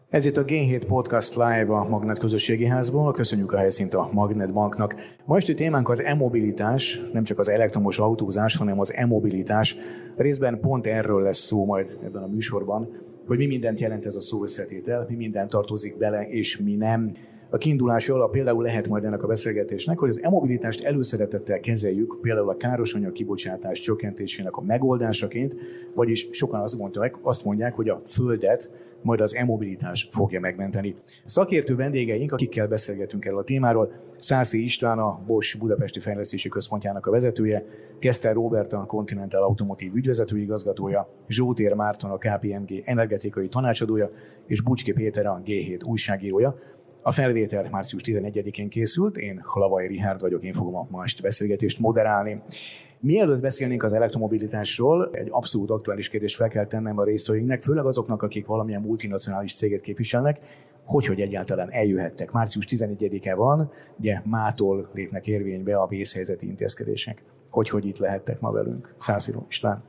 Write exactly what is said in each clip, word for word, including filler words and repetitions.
Ez itt a gé hét Podcast Live a Magnet közösségi házból. Köszönjük a helyszínt a Magnet Banknak. Ma esti témánk az e-mobilitás, nem csak az elektromos autózás, hanem az e-mobilitás. Részben pont erről lesz szó majd ebben a műsorban, hogy mi mindent jelent ez a szó összetétel, mi minden tartozik bele, és mi nem. A kiindulási alap például lehet majd ennek a beszélgetésnek, hogy az e-mobilitást előszeretettel kezeljük, például a károsanyag kibocsátás csökkentésének a megoldásaként, vagyis sokan azt mondják, azt mondják, hogy a Földet majd az e-mobilitás fogja megmenteni. Szakértő vendégeink, akikkel beszélgetünk erről a témáról, Szászi István, a Bosch Budapesti Fejlesztési Központjának a vezetője, Keszter Róbert, a Continental Automotive ügyvezető igazgatója, Zsótér Márton, a ká pé em gé energetikai tanácsadója, és Bucski Péter, a gé hét újságírója. A felvétel március tizenegyedikén készült, én Hlavai Richárd vagyok, én fogom a ma esti beszélgetést moderálni. Mielőtt beszélnénk az elektromobilitásról, egy abszolút aktuális kérdést fel kell tennem a résztvevőinknek, főleg azoknak, akik valamilyen multinacionális céget képviselnek, hogy, hogy egyáltalán eljöhettek. március tizenegyedike van, ugye mától lépnek érvénybe a vészhelyzeti intézkedések. Hogy, hogy itt lehettek ma velünk? Szászi István.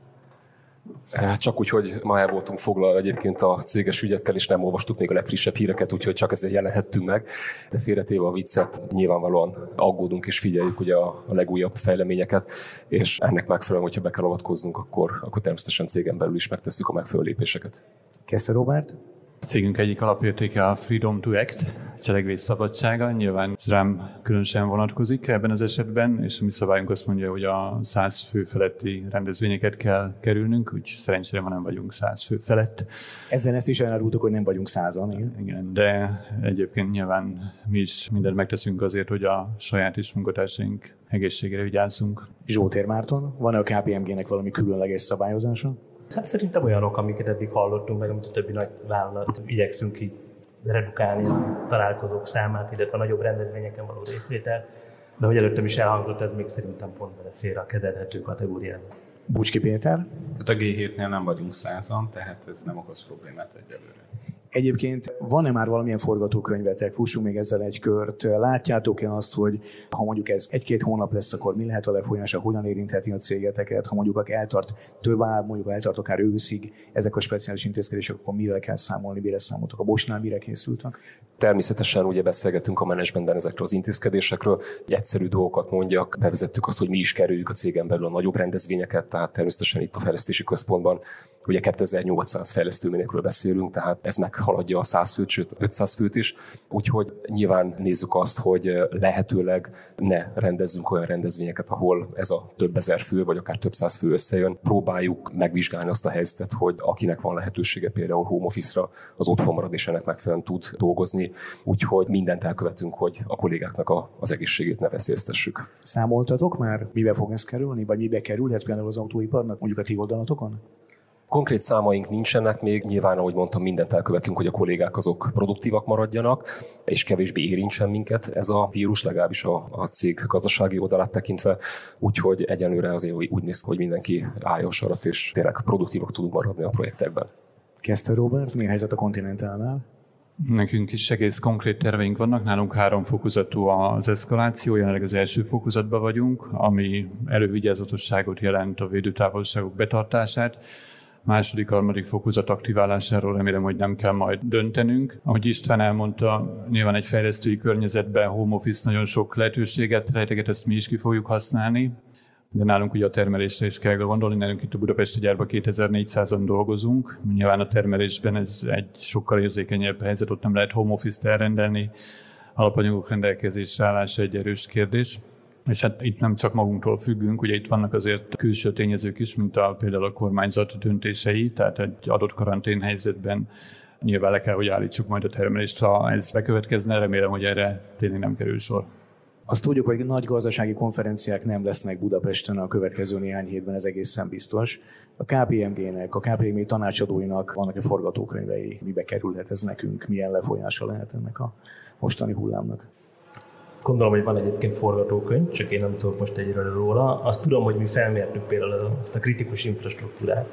Csak úgy, hogy ma el voltunk foglalva egyébként a céges ügyekkel, és nem olvastuk még a legfrissebb híreket, úgyhogy csak ezért jelenhettünk meg. De félretéve a viccet, nyilvánvalóan aggódunk és figyeljük ugye a, a legújabb fejleményeket, és ennek megfelelően, hogyha be kell avatkoznunk, akkor, akkor természetesen cégen belül is megtesszük a megfelelő lépéseket. Keszter Róbert. A cégünk egyik alapértéke a Freedom to Act, cselekvés szabadsága, nyilván ez rám különösen vonatkozik ebben az esetben, és a mi szabályunk azt mondja, hogy a száz fő feletti rendezvényeket kell kerülnünk, úgy szerencsére ma nem vagyunk száz fő felett. Ezzel ezt is elárultuk, hogy nem vagyunk százan. Igen. Igen, de egyébként nyilván mi is mindent megteszünk azért, hogy a saját és munkatársaink egészségére vigyázzunk. Zsótér Márton, van-e a ká pé em gének valami különleges szabályozása? Hát szerintem olyanok, amiket eddig hallottunk, meg amit a többi nagy vállalat igyekszünk így redukálni a találkozók számát, illetve a nagyobb rendezvényeken való részvétel. De hogy előttem is elhangzott, ez még szerintem pont belefér a kezelhető kategóriába. Bucski Péter. Hát a gé hétnél nem vagyunk százan, tehát ez nem okoz problémát egyelőre. Egyébként van-e már valamilyen forgatókönyvetek? Fussunk még ezzel egy kört. Látjátok-e azt, hogy ha mondjuk ez egy-két hónap lesz, akkor mi lehet a lefolyása, hogyan érintheti a cégeteket? Ha mondjuk eltart több áll, mondjuk eltart akár őszig ezek a speciális intézkedések, akkor mivel kell számolni, mire számoltak? A Boschnál mire készültek? Természetesen ugye beszélgetünk a menedzsmentben ezekről az intézkedésekről. Egy egyszerű dolgokat mondjak, bevezettük azt, hogy mi is kerüljük a cégen belül a nagyobb rendezvényeket, tehát természetesen itt a fejlesztési központban ugye kétezer-nyolcszáz fejlesztőményekről beszélünk, tehát ez meghaladja a száz főt, sőt ötszáz főt is. Úgyhogy nyilván nézzük azt, hogy lehetőleg ne rendezzünk olyan rendezvényeket, ahol ez a több ezer fő, vagy akár több száz fő összejön. Próbáljuk megvizsgálni azt a helyzetet, hogy akinek van lehetősége például home office-ra, az otthon marad és ennek megfelelően tud dolgozni. Úgyhogy mindent elkövetünk, hogy a kollégáknak a, az egészségét ne veszélyeztessük. Számoltatok már, mibe fog ez kerülni, vagy mibe kerülhet például az autóiparnak, mondjuk a ti oldalatokon? Konkrét számaink nincsenek még, nyilván, ahogy mondtam, mindent elkövetünk, hogy a kollégák azok produktívak maradjanak, és kevésbé érintsen minket ez a vírus, legalábbis a, a cég gazdasági oldalát tekintve, úgyhogy egyenlőre azért úgy néz ki, hogy mindenki állja a sarat, és tényleg produktívak tudunk maradni a projektekben. Keszter Róbert, mi a helyzet a Continentalnál? Nekünk is egész konkrét terveink vannak, nálunk három fokozatú az eszkaláció, jelenleg az első fokozatban vagyunk, ami elővigyázatosságot jelent, a védőtávolságok betartását. Második, harmadik fokozat aktiválásáról remélem, hogy nem kell majd döntenünk. Ahogy István elmondta, nyilván egy fejlesztői környezetben home office nagyon sok lehetőséget rejteget, ezt mi is ki fogjuk használni. De nálunk ugye a termelésre is kell gondolni, nálunk itt a budapesti gyárban kétezer-négyszázan dolgozunk. Nyilván a termelésben ez egy sokkal érzékenyebb helyzet, ott nem lehet home office-t elrendelni. Alapanyagok rendelkezésre állása egy erős kérdés. És hát itt nem csak magunktól függünk, ugye itt vannak azért külső tényezők is, mint a, például a kormányzat döntései, tehát egy adott karanténhelyzetben nyilván le kell, hogy állítsuk majd a termelést, ha ez bekövetkezne, remélem, hogy erre tényleg nem kerül sor. Azt tudjuk, hogy nagy gazdasági konferenciák nem lesznek Budapesten a következő néhány hétben, ez egészen biztos. A ká pé em gének, a ká pé em gé tanácsadóinak vannak a forgatókönyvei, mibe kerülhet ez nekünk, milyen lefolyása lehet ennek a mostani hullámnak. Gondolom, hogy van egyébként forgatókönyv, csak én nem tudok most egyről róla. Azt tudom, hogy mi felmértük például azt a kritikus infrastruktúrát,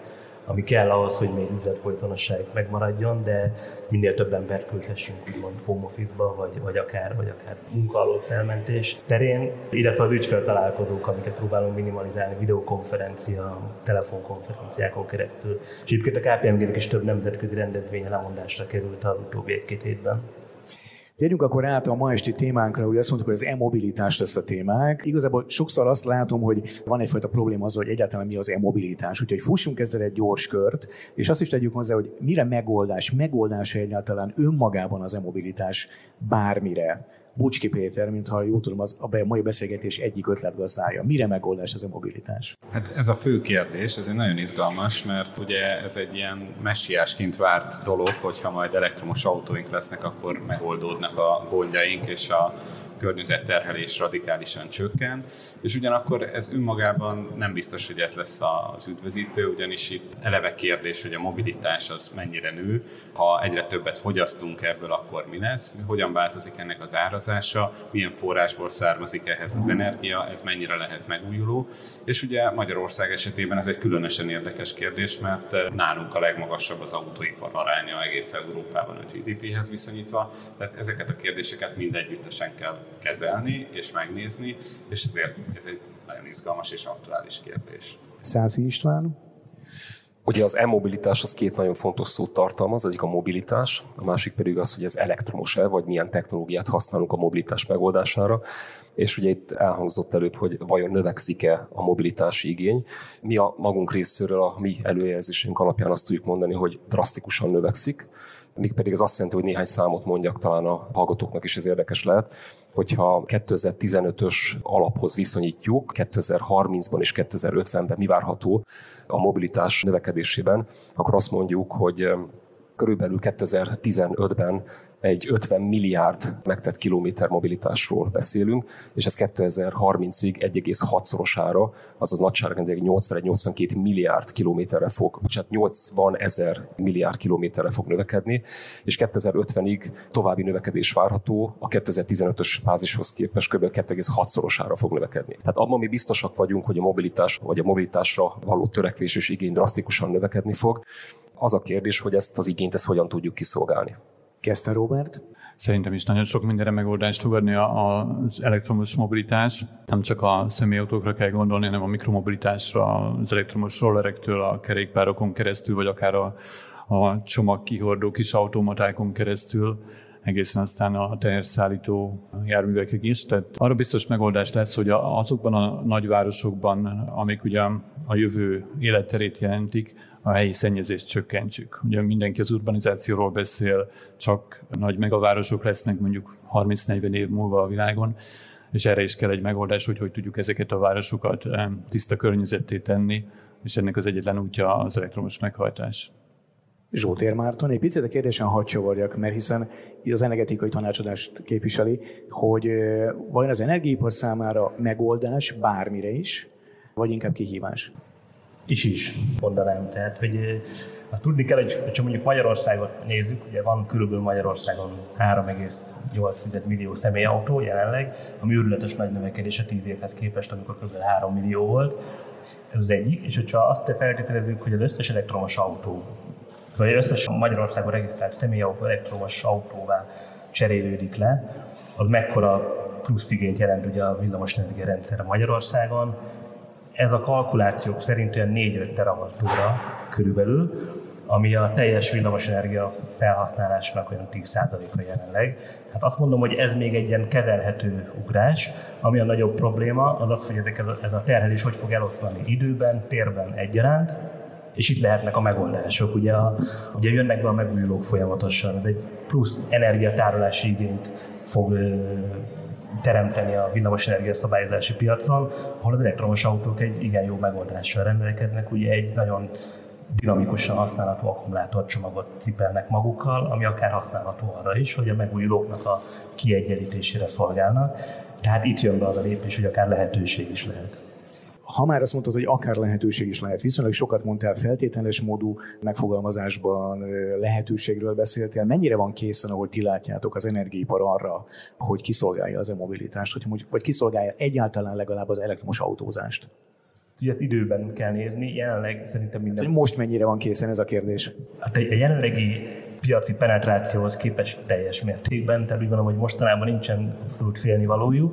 ami kell ahhoz, hogy még üzletfolytonosság megmaradjon, de minél több embert küldhessünk úgymond home office-ba, vagy, vagy akár, vagy akár munka alól felmentés terén, illetve az ügyfeltalálkozók, amiket próbálunk minimalizálni, videokonferencia, telefonkonferenciákon keresztül. És egyébként a ká pé em gé-nek is több nemzetközi rendezvénye lemondásra került az utóbbi egy-két hétben. Térjünk akkor át a ma esti témánkra, hogy azt mondtuk, hogy az e-mobilitás lesz a témák. Igazából sokszor azt látom, hogy van egyfajta probléma azzal, hogy egyáltalán mi az e-mobilitás. Úgyhogy fussunk ezzel egy gyors kört, és azt is tegyük hozzá, hogy mire megoldás, megoldása egyáltalán önmagában az e-mobilitás bármire. Bucski Péter, mintha jól tudom, az a mai beszélgetés egyik ötletgazdája. Mire megoldás az e-mobilitás? Hát ez a fő kérdés, ez egy nagyon izgalmas, mert ugye ez egy ilyen messiásként várt dolog, hogyha majd elektromos autóink lesznek, akkor megoldódnak a gondjaink, és a környezetterhelés radikálisan csökken, és ugyanakkor ez önmagában nem biztos, hogy ez lesz az üdvözítő, ugyanis itt eleve kérdés, hogy a mobilitás az mennyire nő, ha egyre többet fogyasztunk ebből, akkor mi lesz, hogyan változik ennek az árazása, milyen forrásból származik ehhez az energia, ez mennyire lehet megújuló, és ugye Magyarország esetében ez egy különösen érdekes kérdés, mert nálunk a legmagasabb az autóipar aránya egész Európában a gé dé péhez viszonyítva, tehát ezeket a kérdéseket mindegyüttesen kell kezelni és megnézni, és ezért ez egy nagyon izgalmas és aktuális kérdés. Szászi István? Ugye az e-mobilitás az két nagyon fontos szót tartalmaz, egyik a mobilitás, a másik pedig az, hogy ez elektromos-e, vagy milyen technológiát használunk a mobilitás megoldására. És ugye itt elhangzott előbb, hogy vajon növekszik-e a mobilitási igény. Mi a magunk részéről, a mi előjelzésünk alapján azt tudjuk mondani, hogy drasztikusan növekszik, mégpedig ez azt jelenti, hogy néhány számot mondjak, talán a hallgatóknak is ez érdekes lehet, hogyha kétezer-tizenötös alaphoz viszonyítjuk, kétezer-harmincban és kétezer-ötvenben mi várható a mobilitás növekedésében, akkor azt mondjuk, hogy körülbelül kétezer-tizenötben egy ötven milliárd megtett kilométer mobilitásról beszélünk, és ez kétezer-harmincig egy egész hatszorosára, azaz nagyságrendileg nyolcvanegy-nyolcvankét milliárd kilométerre fog, bocsánat, nyolcvan ezer milliárd kilométerre fog növekedni, és kétezer-ötvenig további növekedés várható, a kétezer-tizenötös bázishoz képest kb. két egész hatszorosára fog növekedni. Tehát abban mi biztosak vagyunk, hogy a mobilitás vagy a mobilitásra való törekvés és igény drasztikusan növekedni fog. Az a kérdés, hogy ezt az igényt ezt hogyan tudjuk kiszolgálni. Kezdte Robert? Szerintem is nagyon sok mindenre megoldást fog adni az elektromos mobilitás. Nem csak a személyautókra kell gondolni, hanem a mikromobilitásra, az elektromos rollerektől, a kerékpárokon keresztül, vagy akár a, a csomagkihordó kis automatákon keresztül, egészen aztán a teherszállító járművekig is. Tehát arra biztos megoldás lesz, hogy azokban a nagyvárosokban, amik ugye a jövő életterét jelentik, a helyi szennyezést csökkentsük. Ugye mindenki az urbanizációról beszél, csak nagy megavárosok lesznek mondjuk harminc-negyven év múlva a világon, és erre is kell egy megoldás, hogy hogy tudjuk ezeket a városokat tiszta környezetté tenni, és ennek az egyetlen útja az elektromos meghajtás. Zsótér Márton, egy picit a kérdésen hadd csavarjak, mert hiszen az energetikai tanácsadást képviseli, hogy vajon az energiaipar számára megoldás bármire is, vagy inkább kihívás? Is is, mondanám. Tehát, hogy azt tudni kell, hogy ha mondjuk Magyarországot nézzük, ugye van körülbelül Magyarországon három egész nyolc millió személyautó jelenleg, ami őrületes nagy növekedés a tíz évhez képest, amikor kb. három millió volt. Ez az egyik, és hogyha azt feltételezzük, hogy az összes elektromos autó, vagy az összes Magyarországon regisztrált személyautó elektromos autóvá cserélődik le, az mekkora plusz igényt jelent ugye a villamosenergia rendszerre Magyarországon. Ez a kalkulációk szerint olyan négy-öt terawattóra körülbelül, ami a teljes villamosenergia felhasználásnak olyan tíz százaléka jelenleg. Hát azt mondom, hogy ez még egy ilyen kezelhető ugrás, ami a nagyobb probléma, az az, hogy ezek, ez a terhelés hogy fog eloszlani időben, térben egyaránt, és itt lehetnek a megoldások. Ugye, a, ugye jönnek be a megújulók folyamatosan, ez egy plusz energiatárolási igényt fog teremteni a villamosenergia szabályozási piacon, ahol az elektromos autók egy igen jó megoldással rendelkeznek, ugye egy nagyon dinamikusan használható akkumulátorcsomagot cipelnek magukkal, ami akár használható arra is, hogy a megújulóknak a kiegyenlítésére szolgálnak. Tehát itt jön be az a lépés, hogy akár lehetőség is lehet. Ha már azt mondtad, hogy akár lehetőség is lehet, viszonylag sokat mondtál feltételes módú megfogalmazásban, lehetőségről beszéltél. Mennyire van készen, ahogy ti látjátok, az energiaipar arra, hogy kiszolgálja az e-mobilitást, vagy kiszolgálja egyáltalán legalább az elektromos autózást? Ugye időben kell nézni, jelenleg szerintem minden... Most mennyire van készen ez a kérdés? Hát a jelenlegi piaci penetrációhoz képest teljes mértékben, tehát úgy gondolom, hogy mostanában nincsen abszolút félnivalójuk.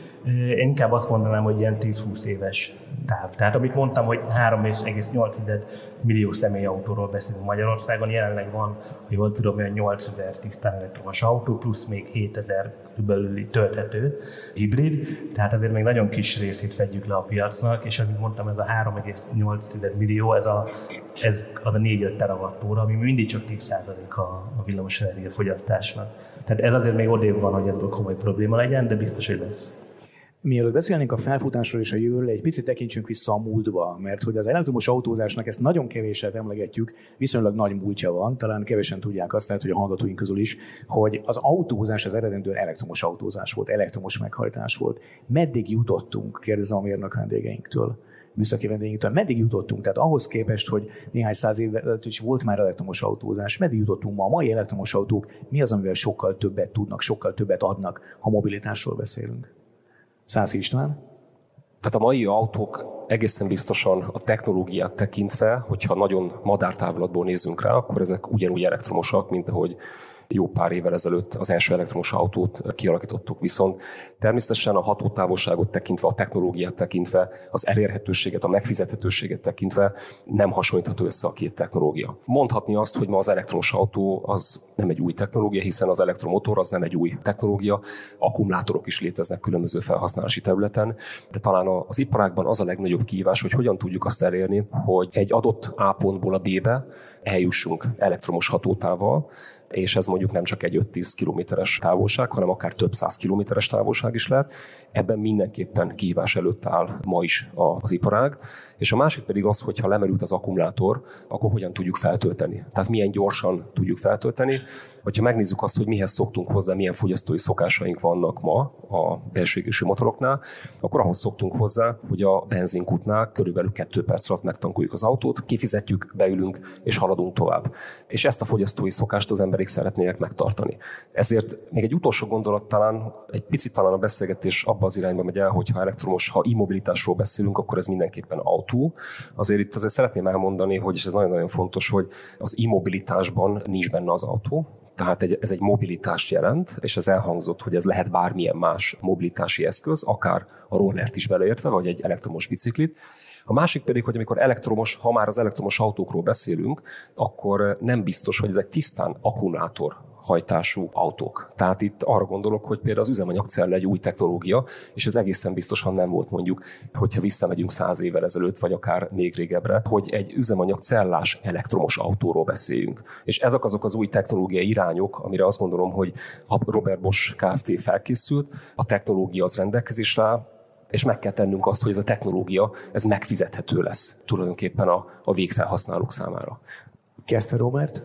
Én inkább azt mondanám, hogy ilyen tíz-húsz éves táv. Tehát amit mondtam, hogy három egész nyolc millió személyautóról beszélünk Magyarországon, jelenleg van, hogy jól tudom, hogy nyolcezer tisztán elektromos autó, plusz még hétezer belüli tölthető hibrid, tehát azért még nagyon kis részét fedjük le a piacnak, és amit mondtam, ez a három egész nyolc millió, ez, a, ez az a négy-öt terawattóra, ami mindig csak tíz százalék a, a villamosenergia fogyasztásnak. Tehát ez azért még odébb van, hogy ebből komoly probléma legyen, de biztos, hogy lesz. Mielőtt beszélnénk a felfutásról és a jövőről, egy picit tekintsünk vissza a múltba, mert hogy az elektromos autózásnak ezt nagyon kevéset emlegetjük, viszonylag nagy múltja van, talán kevesen tudják azt, lehet, hogy a hallgatóink közül is, hogy az autózás az eredendően elektromos autózás volt, elektromos meghajtás volt. Meddig jutottunk, kérdezem a mérnök vendégeinktől, műszaki vendégeinktől, meddig jutottunk? Tehát ahhoz képest, hogy néhány száz évvel is volt már elektromos autózás, meddig jutottunk ma? A mai elektromos autók mi az, amivel sokkal többet tudnak, sokkal többet adnak, ha mobilitásról beszélünk? Szászi István? Tehát a mai autók egészen biztosan a technológiát tekintve, hogyha nagyon madártávlatból nézzünk rá, akkor ezek ugyanúgy elektromosak, mint ahogy jó pár évvel ezelőtt az első elektromos autót kialakítottuk. Viszont természetesen a hatótávolságot tekintve, a technológiát tekintve, az elérhetőséget, a megfizethetőséget tekintve nem hasonlítható össze a két technológia. Mondhatni azt, hogy ma az elektromos autó az nem egy új technológia, hiszen az elektromotor az nem egy új technológia, akkumulátorok is léteznek különböző felhasználási területen, de talán az iparágban az a legnagyobb kihívás, hogy hogyan tudjuk azt elérni, hogy egy adott A pontból a B-be eljussunk elektromos hatótávval, és ez mondjuk nem csak egy öt-tíz kilométeres távolság, hanem akár több száz kilométeres távolság is lehet. Ebben mindenképpen kihívás előtt áll ma is az iparág. És a másik pedig az, hogy ha lemerült az akkumulátor, akkor hogyan tudjuk feltölteni. Tehát milyen gyorsan tudjuk feltölteni. Hogyha megnézzük azt, hogy mihez szoktunk hozzá, milyen fogyasztói szokásaink vannak ma a belső égésű motoroknál, akkor ahhoz szoktunk hozzá, hogy a benzinkútnál körülbelül kettő perc alatt megtankoljuk az autót, kifizetjük, beülünk és haladunk tovább. És ezt a fogyasztói szokást az emberek szeretnének megtartani. Ezért még egy utolsó gondolat talán, egy picit talán a beszélgetés abba az irányba megy el, hogy ha elektromos, ha e-mobilitásról beszélünk, akkor ez mindenképpen autó. Azért itt azért szeretném elmondani, hogy és ez nagyon-nagyon fontos, hogy az e-mobilitásban nincs benne az autó. Tehát egy, ez egy mobilitást jelent, és ez elhangzott, hogy ez lehet bármilyen más mobilitási eszköz, akár a rollert is beleértve, vagy egy elektromos biciklit. A másik pedig, hogy amikor elektromos, ha már az elektromos autókról beszélünk, akkor nem biztos, hogy ezek tisztán akkumulátor hajtású autók. Tehát itt arra gondolok, hogy például az üzemanyagcella egy új technológia, és ez egészen biztosan nem volt mondjuk, hogyha visszamegyünk száz évvel ezelőtt, vagy akár még régebbre, hogy egy üzemanyagcellás elektromos autóról beszéljünk. És ezek azok az új technológiai irányok, amire azt gondolom, hogy a Robert Bosch Kft. Felkészült, a technológia az rendelkezésre áll, és meg kell tennünk azt, hogy ez a technológia ez megfizethető lesz tulajdonképpen a, a végfelhasználók számára. Kezdte Robert?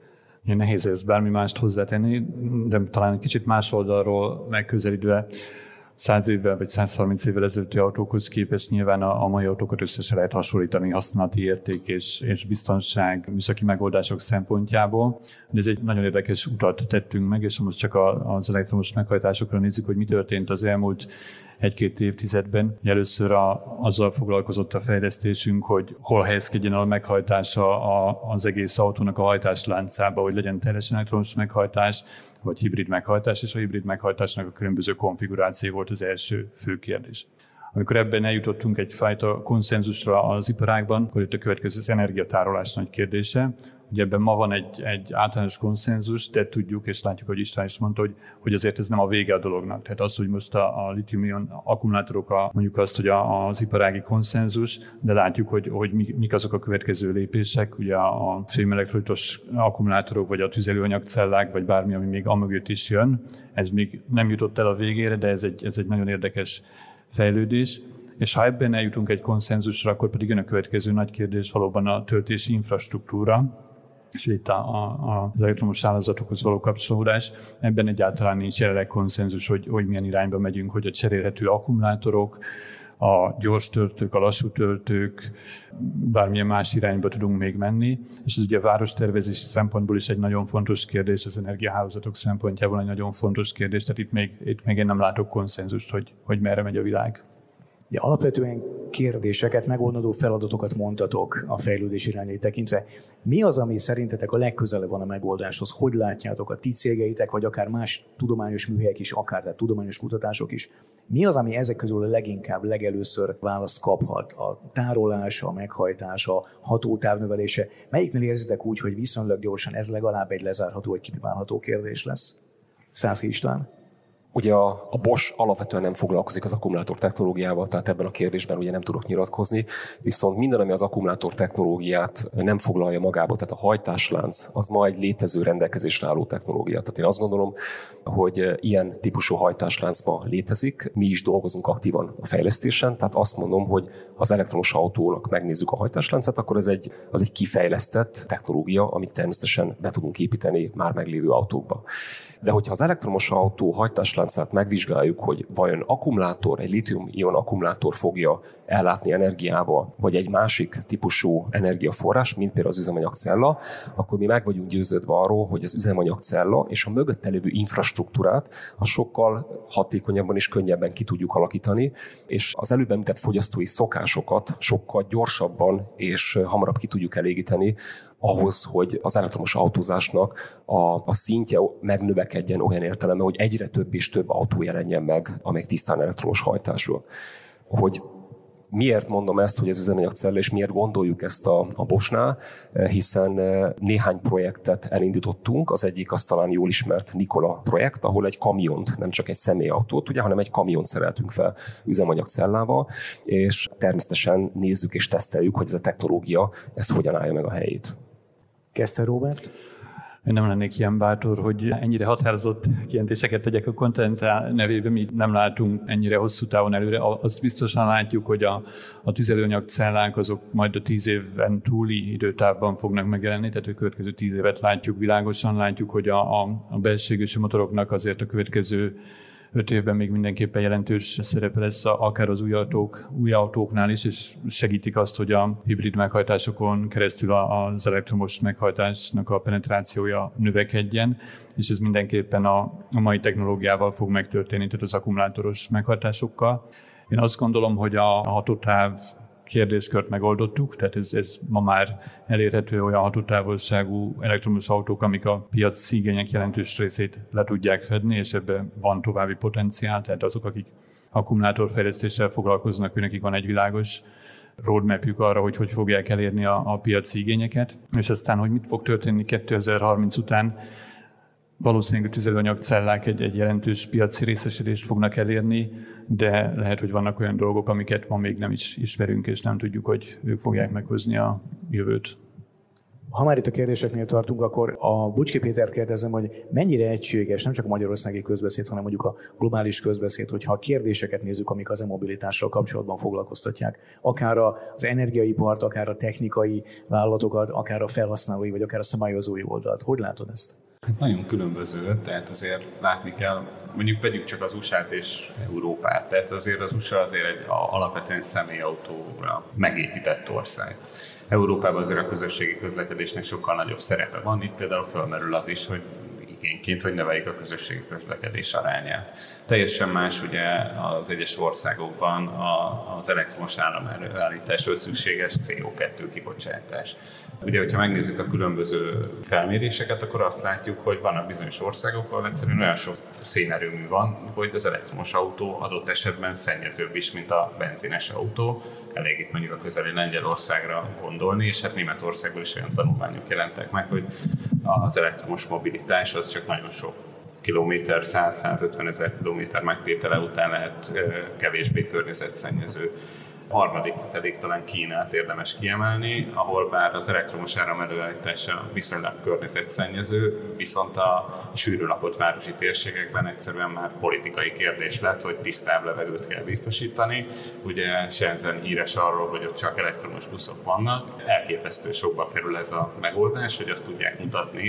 Én nehéz ezt bármi mást hozzátenni, de talán egy kicsit más oldalról megközelítve száz évvel vagy száz harminc évvel ezelőtti autókhoz képest nyilván a, a mai autókat össze lehet hasonlítani használati érték és, és biztonság, műszaki megoldások szempontjából. De ez egy nagyon érdekes utat tettünk meg, és most csak a, az elektromos meghajtásokra nézzük, hogy mi történt az elmúlt egy-két évtizedben. Először a, azzal foglalkozott a fejlesztésünk, hogy hol helyezkedjen a meghajtása a, az egész autónak a hajtásláncába, hogy legyen teljesen elektromos meghajtás, vagy hibrid meghajtás, és a hibrid meghajtásnak a különböző konfiguráció volt az első fő kérdés. Amikor ebben eljutottunk egyfajta konszenzusra az iparágban, akkor itt a következő az energiatárolás nagy kérdése. Ugye ebben ma van egy, egy általános konszenzus, de tudjuk, és látjuk, hogy István is mondta, hogy, hogy azért ez nem a vége a dolognak. Tehát az, hogy most a, a litium-ion akkumulátorok, a, mondjuk azt, hogy a, az iparági konszenzus, de látjuk, hogy, hogy mik azok a következő lépések, ugye a fémelektrolitos akkumulátorok, vagy a tüzelőanyagcellák, vagy bármi, ami még amögött is jön. Ez még nem jutott el a végére, de ez egy, ez egy nagyon érdekes fejlődés. És ha ebben eljutunk egy konszenzusra, akkor pedig jön a következő nagy kérdés valóban a töltési infrastruktúra, és itt a, a, az elektromos hálózatokhoz való kapcsolódás. Ebben egyáltalán nincs jelenleg konszenzus, hogy, hogy milyen irányba megyünk, hogy a cserélhető akkumulátorok, a gyors töltők, a lassú töltők, bármilyen más irányba tudunk még menni. És ez ugye a várostervezési szempontból is egy nagyon fontos kérdés, az energiahálózatok szempontjából egy nagyon fontos kérdés, tehát itt még, itt még én nem látok konszenzust, hogy, hogy merre megy a világ. Ugye alapvetően kérdéseket, megoldandó feladatokat mondtatok a fejlődés irányait tekintve. Mi az, ami szerintetek a legközelebb van a megoldáshoz? Hogy látjátok a ti cégeitek, vagy akár más tudományos műhelyek is, akár tehát tudományos kutatások is? Mi az, ami ezek közül a leginkább, legelőször választ kaphat? A tárolás, a meghajtás, a hatótávnövelése? Melyiknél érzitek úgy, hogy viszonylag gyorsan ez legalább egy lezárható, egy kipipálható kérdés lesz? Szászki István. Ugye a, a Bosch alapvetően nem foglalkozik az akkumulátor technológiával, tehát ebben a kérdésben ugye nem tudok nyilatkozni, viszont minden, ami az akkumulátor technológiát nem foglalja magába, tehát a hajtáslánc, az ma egy létező rendelkezésre álló technológia. Tehát én azt gondolom, hogy ilyen típusú hajtáslánc ma létezik, mi is dolgozunk aktívan a fejlesztésen, tehát azt mondom, hogy az elektromos autónak megnézzük a hajtásláncát, akkor ez egy, az egy kifejlesztett technológia, amit természetesen be tudunk építeni már meglévő autókba. De hogyha az elektromos autó hajtásláncát megvizsgáljuk, hogy vajon akkumulátor, egy lítium-ion akkumulátor fogja ellátni energiával, vagy egy másik típusú energiaforrás, mint például az üzemanyagcella, akkor mi meg vagyunk győződve arról, hogy az üzemanyagcella és a mögötte lévő infrastruktúrát a sokkal hatékonyabban és könnyebben ki tudjuk alakítani, és az előbb említett fogyasztói szokásokat sokkal gyorsabban és hamarabb ki tudjuk elégíteni, ahhoz, hogy az elektromos autózásnak a, a szintje megnövekedjen olyan értelemben, hogy egyre több és több autó jelenjen meg, amelyek tisztán elektromos hajtású. Hogy miért mondom ezt, hogy ez üzemanyagcella, és miért gondoljuk ezt a, a Boschnál, hiszen néhány projektet elindítottunk, az egyik az talán jól ismert Nikola projekt, ahol egy kamiont, nem csak egy személyautót, ugye, hanem egy kamiont szereltünk fel üzemanyagcellával, és természetesen nézzük és teszteljük, hogy ez a technológia, ez hogyan állja meg a helyét. Kezdte Róbert? Én nem lennék ilyen bátor, hogy ennyire határozott kijelentéseket tegyek a Continental nevében, mi nem látunk ennyire hosszú távon előre. Azt biztosan látjuk, hogy a, a tüzelőanyagcellák azok majd a tíz éven túli időtávban fognak megjelenni, tehát a következő tíz évet látjuk, világosan látjuk, hogy a, a, a belső motoroknak azért a következő öt évben még mindenképpen jelentős szerepe lesz akár az új autók, új autóknál is, és segítik azt, hogy a hibrid meghajtásokon keresztül az elektromos meghajtásnak a penetrációja növekedjen, és ez mindenképpen a, a mai technológiával fog megtörténni, tehát az akkumulátoros meghajtásokkal. Én azt gondolom, hogy a hatótáv kérdéskört megoldottuk, tehát ez, ez ma már elérhető olyan hatótávolságú elektromos autók, amik a piaci igények jelentős részét le tudják fedni, és ebben van további potenciál, tehát azok, akik akkumulátorfejlesztéssel foglalkoznak, őnekik van egy világos roadmapjük arra, hogy hogy fogják elérni a, a piaci igényeket, és aztán, hogy mit fog történni kétezer-harminc után, valószínűleg a tüzelőanyagcellák egy, egy jelentős piaci részesedést fognak elérni, de lehet, hogy vannak olyan dolgok, amiket ma még nem is ismerünk, és nem tudjuk, hogy ők fogják meghozni a jövőt. Ha már itt a kérdéseknél tartunk, akkor a Bucski Pétert kérdezem, hogy mennyire egységes nem csak a magyarországi közbeszéd, hanem mondjuk a globális közbeszéd, hogyha a kérdéseket nézzük, amik az e-mobilitással kapcsolatban foglalkoztatják, akár az energiaipart, akár a technikai vállalatokat, akár a felhasználói, vagy akár a szabályozói oldalt. Hogy látod ezt? Hát nagyon különböző, tehát azért látni kell, mondjuk vegyük csak az u es á-t és Európát, tehát azért az u es á azért egy alapvetően személyautóra megépített ország. Európában azért a közösségi közlekedésnek sokkal nagyobb szerepe van, itt például fölmerül az is, hogy igényként, hogy növeljük a közösségi közlekedés arányát. Teljesen más ugye az egyes országokban az elektromos áramelőállításhoz szükséges cé o kettő kibocsátás. Ugye, hogyha megnézzük a különböző felméréseket, akkor azt látjuk, hogy vannak bizonyos országok, ahol egyszerűen olyan sok szénerőmű van, hogy az elektromos autó adott esetben szennyezőbb is, mint a benzines autó. Elég itt mondjuk a közeli Lengyelországra gondolni, és hát Németországból is olyan tanulmányok jelentek meg, hogy az elektromos mobilitás az csak nagyon sok kilométer, száz-százötven ezer kilométer megtétele után lehet kevésbé környezetszennyező. A harmadik pedig talán Kínát érdemes kiemelni, ahol bár az elektromos áram előállítása viszonylag környezetszennyező, viszont a sűrű lakott városi térségekben egyszerűen már politikai kérdés lett, hogy tisztább levegőt kell biztosítani. Ugye Shenzhen híres arról, hogy ott csak elektromos buszok vannak. Elképesztő sokba kerül ez a megoldás, hogy azt tudják mutatni, hogy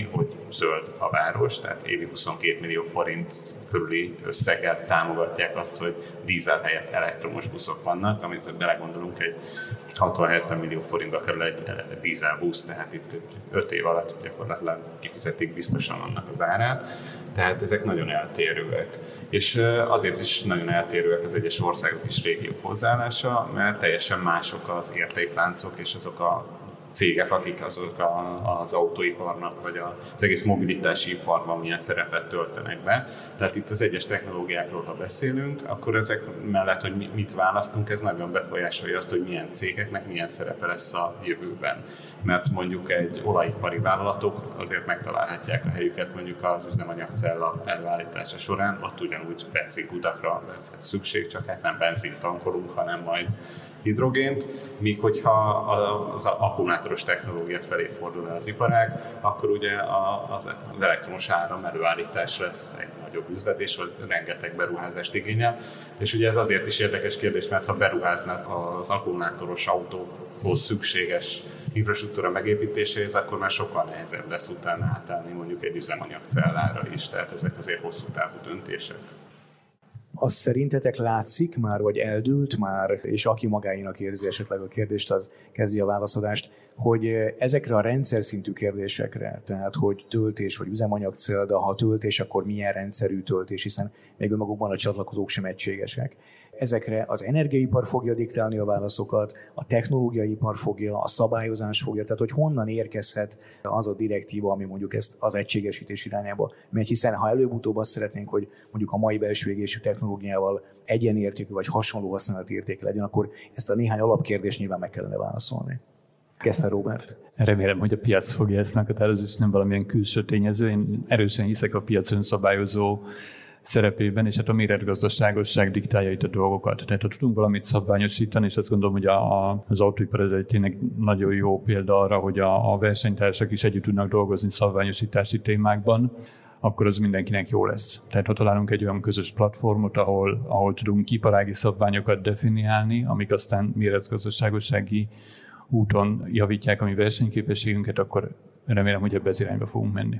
zöld a város, tehát évi huszonkét millió forint körüli összeggel támogatják azt, hogy dízel helyett elektromos buszok vannak, amit hogy belegondolunk, egy hatvan-hetven millió forintba kerül egy, egy dízel busz, tehát itt öt év alatt gyakorlatilag kifizetik biztosan annak az árát, tehát ezek nagyon eltérőek. És azért is nagyon eltérőek az egyes országok és régiók hozzáállása, mert teljesen mások az értékláncok és azok a cégek, akik azok a, az autóiparnak, vagy az egész mobilitási iparban milyen szerepet töltenek be. Tehát itt az egyes technológiákról, ha beszélünk, akkor ezek mellett, hogy mit választunk, ez nagyon befolyásolja azt, hogy milyen cégeknek milyen szerepe lesz a jövőben. Mert mondjuk egy olajipari vállalatok azért megtalálhatják a helyüket mondjuk az üzemanyagcella előállítása során, ott ugyanúgy benzinkutakra lesz szükség, csak hát nem benzint tankolunk, hanem majd hidrogént, míg hogyha az akkumulátoros technológia felé fordul el az iparág, akkor ugye az elektromos áram előállítás lesz egy nagyobb üzlet, és rengeteg beruházást igényel. És ugye ez azért is érdekes kérdés, mert ha beruháznak az akkumulátoros autókhoz szükséges infrastruktúra megépítéséhez, akkor már sokkal nehezebb lesz utána átállni mondjuk egy üzemanyagcellára is, tehát ezek azért hosszú távú döntések. Azt szerintetek látszik már, vagy eldőlt már, és aki magáinak érzi esetleg a kérdést, az kezdi a válaszadást, hogy ezekre a rendszer szintű kérdésekre, tehát hogy töltés vagy üzemanyagcell, de ha töltés, akkor milyen rendszerű töltés, hiszen még önmagukban a csatlakozók sem egységesek. Ezekre az energiaipar fogja diktálni a válaszokat, a technológiaipar fogja, a szabályozás fogja, tehát hogy honnan érkezhet az a direktíva, ami mondjuk ezt az egységesítés irányába megy, hiszen ha előbb-utóbb azt szeretnénk, hogy mondjuk a mai belső égésű technológiával egyenértékű vagy hasonló használati értéke legyen, akkor ezt a néhány alapkérdést nyilván meg kellene válaszolni. Kezdte Róbert. Remélem, hogy a piac fogja ezt meghatározni, és nem valamilyen külső tényező. Én erősen hiszek a piac önszabályozó szerepében, és hát a méretgazdaságosság diktálja itt a dolgokat. Tehát ha tudunk valamit szabványosítani, és azt gondolom, hogy a, a, az autóipar ez egy tényleg nagyon jó példa arra, hogy a, a versenytársak is együtt tudnak dolgozni szabványosítási témákban, akkor az mindenkinek jó lesz. Tehát ha találunk egy olyan közös platformot, ahol, ahol tudunk iparági szabványokat definiálni, amik aztán méretgazdaságossági úton javítják a mi versenyképességünket, akkor remélem, hogy ebbe az irányba fogunk menni.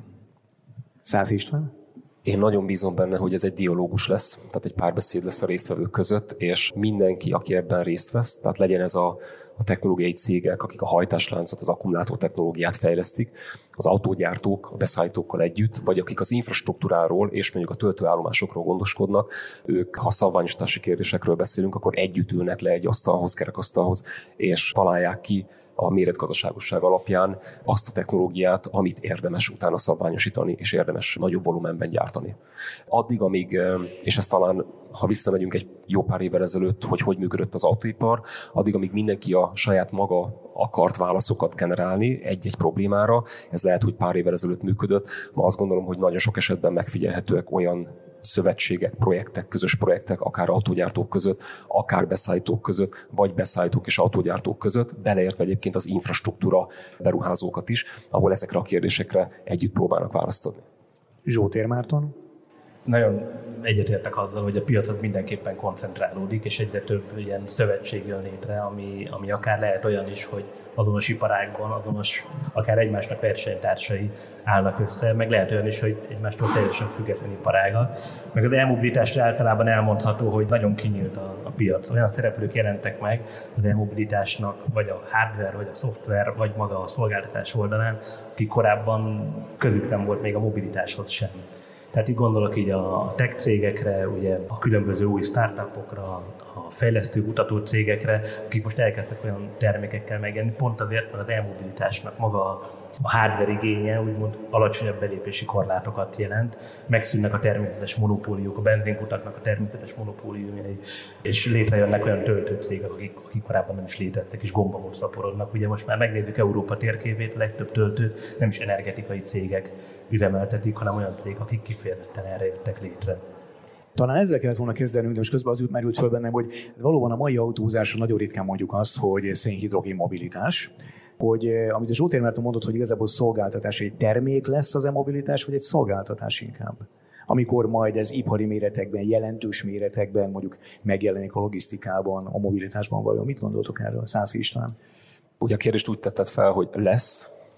Szász István? Én nagyon bízom benne, hogy ez egy dialógus lesz, tehát egy párbeszéd lesz a résztvevők között, és mindenki, aki ebben részt vesz, tehát legyen ez a, a technológiai cégek, akik a hajtásláncot, az akkumulátor technológiát fejlesztik, az autógyártók, a beszállítókkal együtt, vagy akik az infrastruktúráról és mondjuk a töltőállomásokról gondoskodnak, ők, ha szabványosítási kérdésekről beszélünk, akkor együtt ülnek le egy asztalhoz, kerekasztalhoz, és találják ki a méretgazdaságosság alapján azt a technológiát, amit érdemes utána szabványosítani, és érdemes nagyobb volumenben gyártani. Addig, amíg, és ezt talán, ha visszamegyünk egy jó pár évvel ezelőtt, hogy hogy működött az autóipar, addig, amíg mindenki a saját maga akart válaszokat generálni egy-egy problémára, ez lehet, hogy pár évvel ezelőtt működött, ma azt gondolom, hogy nagyon sok esetben megfigyelhetőek olyan szövetségek, projektek, közös projektek, akár autógyártók között, akár beszállítók között, vagy beszállítók és autógyártók között, beleértve egyébként az infrastruktúra beruházókat is, ahol ezekre a kérdésekre együtt próbálnak választ adni. Zsótér Márton? Nagyon egyetértek azzal, hogy a piac mindenképpen koncentrálódik, és egyre több ilyen szövetség jön létre, ami, ami akár lehet olyan is, hogy azonos iparágban, azonos, akár egymásnak versenytársai állnak össze, meg lehet olyan is, hogy egymástól teljesen független iparágak. Meg az e-mobilitásra általában elmondható, hogy nagyon kinyílt a, a piac. Olyan szereplők jelentek meg az e-mobilitásnak, vagy a hardware, vagy a szoftver, vagy maga a szolgáltatás oldalán, akik korábban közük nem volt még a mobilitáshoz sem. Tehát itt gondolok így a tech cégekre, ugye a különböző új startupokra, a fejlesztő, kutató cégekre, akik most elkezdtek olyan termékekkel megjelenni, pont azért, mert az e-mobilitásnak maga a hardware igénye úgymond alacsonyabb belépési korlátokat jelent, megszűnnek a természetes monopóliumok, a benzinkutaknak a természetes monopóliumjai, és létrejönnek olyan töltőcégek, akik, akik korábban nem is léteztek, és gombamon szaporodnak. Ugye most már megnézzük Európa térképét, a legtöbb töltőt nem is energetikai cégek üzemeltetik, hanem olyan cégek, akik kifejezetten erre jöttek létre. Talán ezzel kellett volna kezdenünk, de most közben az merült föl bennem, hogy valóban a mai autózásra nagyon ritkán mondjuk azt, hogy szénhidrogén mobilitás, hogy amit a Zsótér Márton mondott, hogy igazából szolgáltatás, egy termék lesz az e-mobilitás, vagy egy szolgáltatás inkább. Amikor majd ez ipari méretekben, jelentős méretekben mondjuk megjelenik a logisztikában, a mobilitásban vajon. Mit gondoltok erről, Szász István? Ugye a kérdést úgy tetted fel, hogy lesz,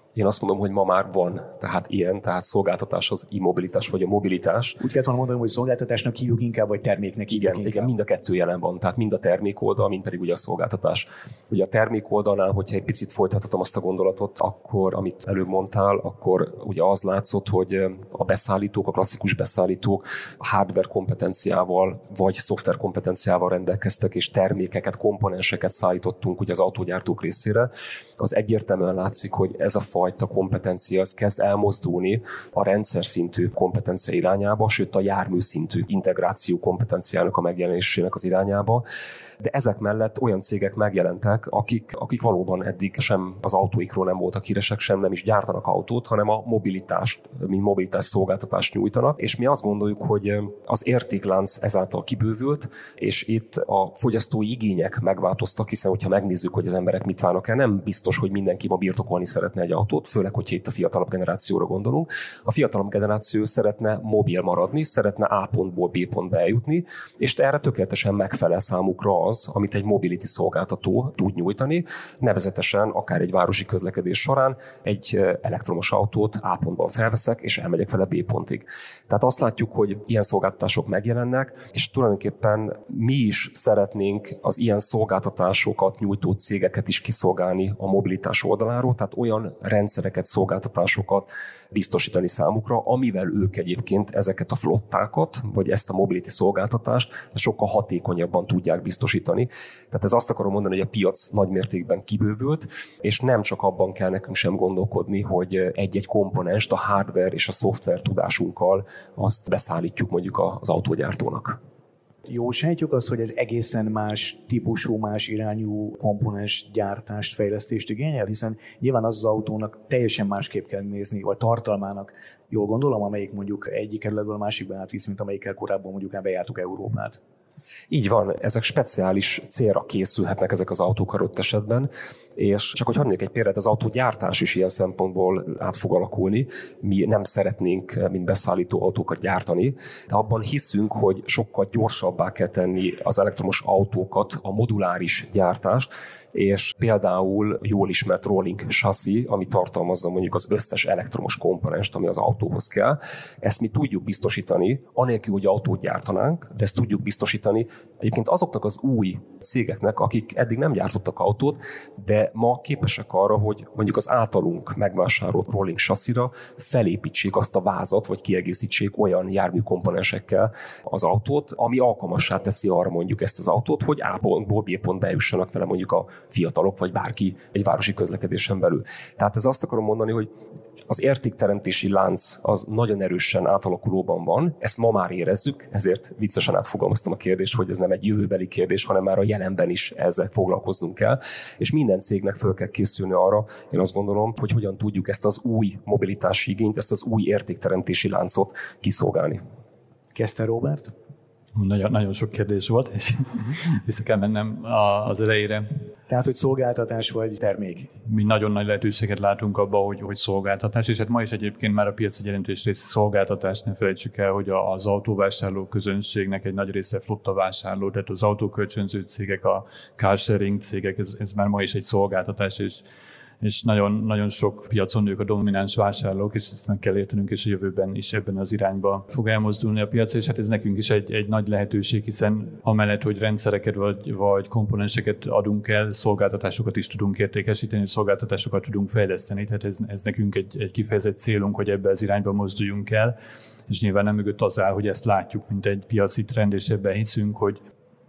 Én azt mondom, hogy ma már van tehát ilyen, tehát szolgáltatás az immobilitás vagy a mobilitás. Úgy kellett volna mondanom, hogy szolgáltatásnak hívjuk inkább, vagy terméknek hívjuk igen, inkább. Igen, mind a kettő jelen van, tehát mind a termék oldal, mind pedig ugye a szolgáltatás. Ugye a termék oldalnál, hogyha egy picit folytathatom azt a gondolatot, akkor, amit előbb mondtál, akkor ugye az látszott, hogy a beszállítók, a klasszikus beszállítók hardware kompetenciával vagy szoftver kompetenciával rendelkeztek, és termékeket, komponenseket szállítottunk ugye az autógyártók részére. Az egyértelműen látszik, hogy ez a fajta kompetencia az kezd elmozdulni a rendszer szintű kompetencia irányába, sőt a jármű szintű integráció kompetenciának a megjelenésének az irányába. De ezek mellett olyan cégek megjelentek, akik, akik valóban eddig sem az autóikról nem voltak híresek, sem nem is gyártanak autót, hanem a mobilitást, mint mobilitás szolgáltatást nyújtanak. És mi azt gondoljuk, hogy az értéklánc ezáltal kibővült, és itt a fogyasztói igények megváltoztak, hiszen hogyha megnézzük, hogy az emberek mit várnak el, nem biztos, hogy mindenki ma birtokolni szeretne egy autót, főleg, hogyha itt a fiatalabb generációra gondolunk. A fiatalabb generáció szeretne mobil maradni, szeretne A pontból B pontba eljutni, és erre tökéletesen megfelel számukra az, amit egy mobility szolgáltató tud nyújtani, nevezetesen akár egy városi közlekedés során egy elektromos autót A pontban felveszek, és elmegyek vele B pontig. Tehát azt látjuk, hogy ilyen szolgáltatások megjelennek, és tulajdonképpen mi is szeretnénk az ilyen szolgáltatásokat nyújtó cégeket is kiszolgálni a mobilitás oldaláról, tehát olyan rendszereket, szolgáltatásokat biztosítani számukra, amivel ők egyébként ezeket a flottákat, vagy ezt a mobility szolgáltatást sokkal hatékonyabban tudják biztosítani. Tehát ez azt akarom mondani, hogy a piac nagymértékben kibővült, és nem csak abban kell nekünk sem gondolkodni, hogy egy-egy komponenst a hardware és a szoftver tudásunkkal azt beszállítjuk mondjuk az autógyártónak. Jó sejtjük azt, hogy ez egészen más típusú, más irányú komponens gyártást, fejlesztést igényel, hiszen nyilván az az autónak teljesen másképp kell nézni, vagy tartalmának, jól gondolom, amelyik mondjuk egyik kerületből a másikba átvisz, mint amelyikkel korábban mondjuk bejártuk Európát. Így van, ezek speciális célra készülhetnek ezek az autók adott esetben, és csak hogy hagynék egy példát, az autógyártás is ilyen szempontból át fog alakulni. Mi nem szeretnénk, mint beszállító autókat gyártani, de abban hiszünk, hogy sokkal gyorsabbá kell tenni az elektromos autókat, a moduláris gyártást, és például jól ismert rolling chassis, ami tartalmazza mondjuk az összes elektromos komponenst, ami az autóhoz kell. Ezt mi tudjuk biztosítani, anélkül, hogy autót gyártanánk, de ezt tudjuk biztosítani egyébként azoknak az új cégeknek, akik eddig nem gyártottak autót, de ma képesek arra, hogy mondjuk az általunk megvásárolt rolling chassisra felépítsék azt a vázat, vagy kiegészítsék olyan jármű komponensekkel az autót, ami alkalmassá teszi arra mondjuk ezt az autót, hogy A pontból B pontba bejussanak vele mondjuk a fiatalok, vagy bárki egy városi közlekedésen belül. Tehát ez azt akarom mondani, hogy az értékteremtési lánc az nagyon erősen átalakulóban van, ezt ma már érezzük, ezért viccesen átfogalmaztam a kérdést, hogy ez nem egy jövőbeli kérdés, hanem már a jelenben is ezzel foglalkoznunk kell, és minden cégnek fel kell készülni arra, én azt gondolom, hogy hogyan tudjuk ezt az új mobilitási igényt, ezt az új értékteremtési láncot kiszolgálni. Kezdte Robert? Nagyon, nagyon sok kérdés volt, és vissza kell mennem az elejére. Tehát, hogy szolgáltatás vagy termék? Mi nagyon nagy lehetőséget látunk abban, hogy, hogy szolgáltatás, és hát ma is egyébként már a piac egy jelentős része szolgáltatás, ne felejtsük el, hogy az autóvásárló közönségnek egy nagy része flotta vásárló, tehát az autókölcsönző cégek, a carsharing cégek, ez, ez már ma is egy szolgáltatás, és és nagyon, nagyon sok piacon ők a domináns vásárlók, és ezt meg kell értenünk, és a jövőben is ebben az irányba fog elmozdulni a piac, és hát ez nekünk is egy, egy nagy lehetőség, hiszen amellett, hogy rendszereket vagy, vagy komponenseket adunk el, szolgáltatásokat is tudunk értékesíteni, szolgáltatásokat tudunk fejleszteni, tehát ez, ez nekünk egy, egy kifejezett célunk, hogy ebbe az irányba mozduljunk el, és nyilván nem mögött az áll, hogy ezt látjuk, mint egy piaci trend, és ebben hiszünk, hogy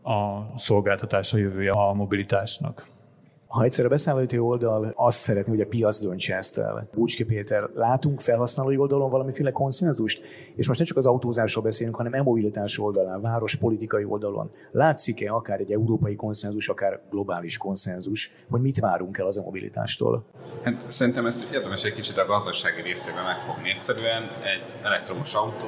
a szolgáltatás a jövője a mobilitásnak. Ha egyszer a beszállítói oldal azt szeretné, hogy a piac döntse ezt el. Búcski Péter, látunk felhasználói oldalon valamiféle konszenzust? És most ne csak az autózásról beszélünk, hanem e-mobilitás oldalán, várospolitikai oldalon. Látszik-e akár egy európai konszenzus, akár globális konszenzus, hogy mit várunk el az e-mobilitástól? Hát szerintem ezt érdemes egy kicsit a gazdasági részében megfogni. Egyszerűen egy elektromos autó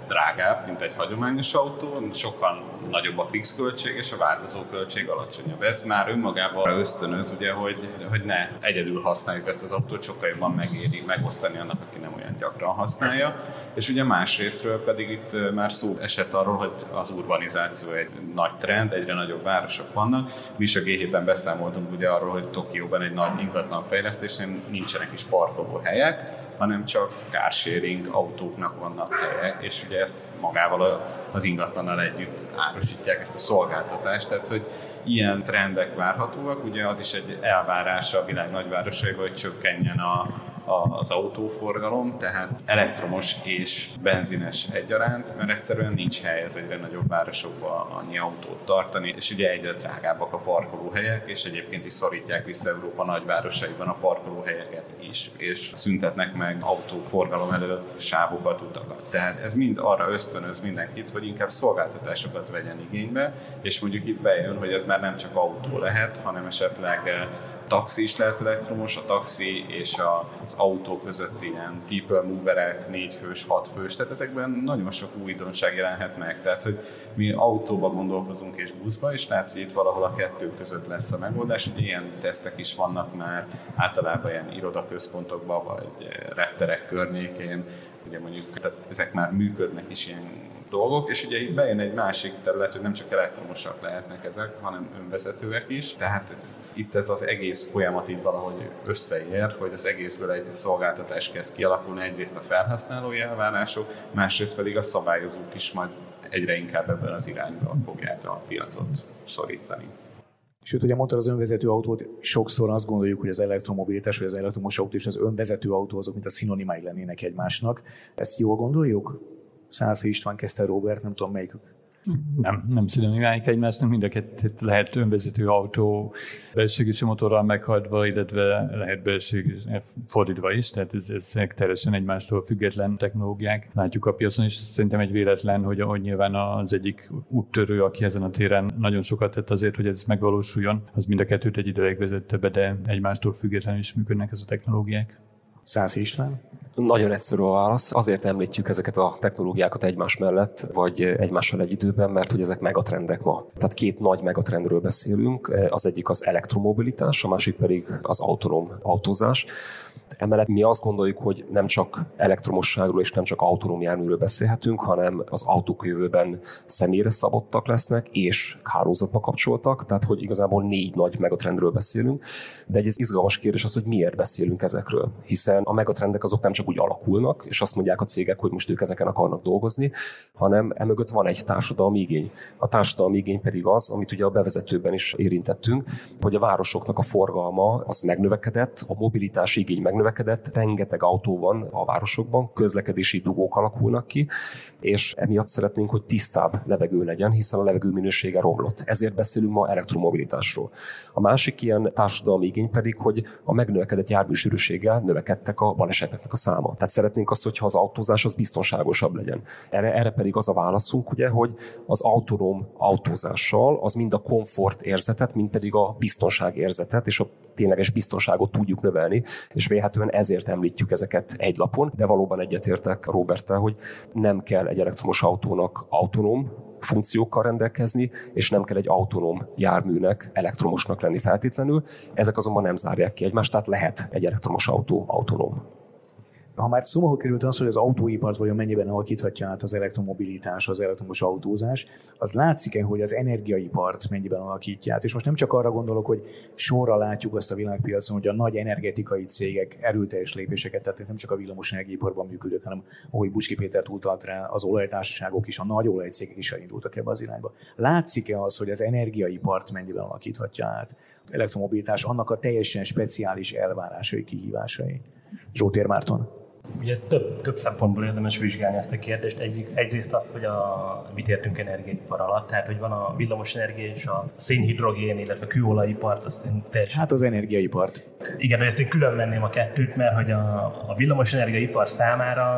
drágább, mint egy hagyományos autó, sokkal nagyobb a fix költség, és a változó költség alacsonyabb. Ez már önmagában ösztönöz, ugye, hogy, hogy ne egyedül használjuk ezt az autót, sokkal jobban megéri megosztani annak, aki nem olyan gyakran használja. És ugye másrésztről pedig itt már szó esett arról, hogy az urbanizáció egy nagy trend, egyre nagyobb városok vannak. Mi is a gé héten beszámoltunk ugye arról, hogy Tokióban egy nagy ingatlan fejlesztésnél nincsenek is parkolóhelyek, hanem csak carsharing autóknak vannak helyek, és ugye ezt magával az ingatlannal együtt árusítják ezt a szolgáltatást, tehát hogy ilyen trendek várhatóak, ugye az is egy elvárása a világ nagyvárosaiban, hogy csökkenjen a, a, az autóforgalom, tehát elektromos és benzines egyaránt, mert egyszerűen nincs hely az egyre nagyobb városokban annyi autót tartani, és ugye egyre drágábbak a parkolóhelyek, és egyébként is szorítják vissza Európa nagyvárosaiban a parkolóhelyeket is, és szüntetnek meg autóforgalom elől sávokat, utakat. Tehát ez mind arra ösztönöz mindenkit, hogy inkább szolgáltatásokat vegyen igénybe, és mondjuk itt bejön, hogy ez már nem csak autó lehet, hanem esetleg taxi is lehet elektromos, a taxi és az autó között ilyen people moverek, négy fős, hat fős, tehát ezekben nagyon sok újdonság jelenhet meg. Tehát, hogy mi autóba gondolkozunk és buszba, és lehet, hogy itt valahol a kettő között lesz a megoldás. Ugye ilyen tesztek is vannak már általában ilyen irodaközpontokban, vagy repterek környékén, ugye mondjuk, tehát ezek már működnek is ilyen dolgok, és ugye itt bejön egy másik terület, hogy nem csak elektromosak lehetnek ezek, hanem önvezetőek is. Tehát itt ez az egész folyamat itt valahogy összeér, hogy az egészből egy szolgáltatás kezd kialakulni, egyrészt a felhasználói elvárások, másrészt pedig a szabályozók is majd egyre inkább ebben az irányban fogják a piacot szorítani. Sőt, ugye mondtad az önvezető autót, sokszor azt gondoljuk, hogy az elektromobilitás vagy az elektromos autó és az önvezető autó azok, mint a szinonimái lennének egymásnak. Ezt jól gondoljuk? Szálasi István kezdte, Róbert, nem tudom melyikük. Nem, nem szinonimáik egymásnak, mind a kettőt lehet önvezető autó belségűsű motorral meghajtva, illetve lehet belségűs fordítva is, tehát ez, ez teljesen egymástól független technológiák. Látjuk a piacon is, szerintem egy véletlen, hogy, hogy nyilván az egyik úttörő, aki ezen a téren nagyon sokat tett azért, hogy ez megvalósuljon, az mind a kettőt egy ideig vezette be, de egymástól függetlenül is működnek ez a technológiák. Szálasi István? Nagyon egyszerű a válasz. Azért említjük ezeket a technológiákat egymás mellett, vagy egymással egy időben, mert hogy ezek megatrendek ma. Tehát két nagy megatrendről beszélünk. Az egyik az elektromobilitás, a másik pedig az autonóm autózás. Emellett mi azt gondoljuk, hogy nem csak elektromosságról és nem csak autonóm járműről beszélhetünk, hanem az autók jövőben személyre szabottak lesznek és hálózatba kapcsoltak, tehát hogy igazából négy nagy megatrendről beszélünk. De egy izgalmas kérdés az, hogy miért beszélünk ezekről. Hiszen a megatrendek azok nem csak úgy alakulnak, és azt mondják a cégek, hogy most ők ezeken akarnak dolgozni, hanem emögött van egy társadalmi igény. A társadalmi igény pedig az, amit ugye a bevezetőben is érintettünk, hogy a városoknak a forgalma az megnövekedett, a mobilitás igény megnövekedett, növekedett, rengeteg autó van a városokban, közlekedési dugók alakulnak ki, és emiatt szeretnénk, hogy tisztább levegő legyen, hiszen a levegő minősége romlott. Ezért beszélünk ma elektromobilitásról. A másik ilyen társadalmi igény pedig, hogy a megnövekedett járműsűrűséggel növekedtek a baleseteknek a száma. Tehát szeretnénk azt, hogyha az autózás az biztonságosabb legyen. Erre, erre pedig az a válaszunk, ugye, hogy az autonóm autózással az mind a komfort érzetet, mind pedig a biztonság érzetet és a tényleges biztonságot tudjuk növelni, és vélhetően ezért említjük ezeket egy lapon, de valóban egyetértek Róberttel, hogy nem kell egy elektromos autónak autonóm funkciókkal rendelkezni, és nem kell egy autonóm járműnek elektromosnak lenni feltétlenül. Ezek azonban nem zárják ki egymást, tehát lehet egy elektromos autó autonóm. Ha már szóba került az, hogy az autóipart vajon mennyiben alakíthatja át az elektromobilitás, az elektromos autózás, az látszik-e, hogy az energiaipart mennyiben alakítja át? És most nem csak arra gondolok, hogy sorra látjuk azt a világpiacon, hogy a nagy energetikai cégek erőteljes lépéseket, tehát nem csak a villamos energiaiparban működők, hanem ahogy Bucski Péter utalt rá, az olajtársaságok is, a nagy olajcégek is elindultak ebbe az irányba. Látszik-e az, hogy az energiaipart mennyiben alakíthatja át? Elektromobilitás, annak a teljesen speciális elvárásai, kihívásai. Zsótér Márton. Ugye több, több szempontból érdemes vizsgálni ezt a kérdést. Egy, egyrészt azt, hogy a, mit értünk energiaipar alatt, tehát hogy van a villamos energia és a szénhidrogén, illetve kőolajipart. Azt én teljesen... Hát az energiaipart. Igen, de ezt én külön venném a kettőt, mert hogy a, a villamos energiaipar számára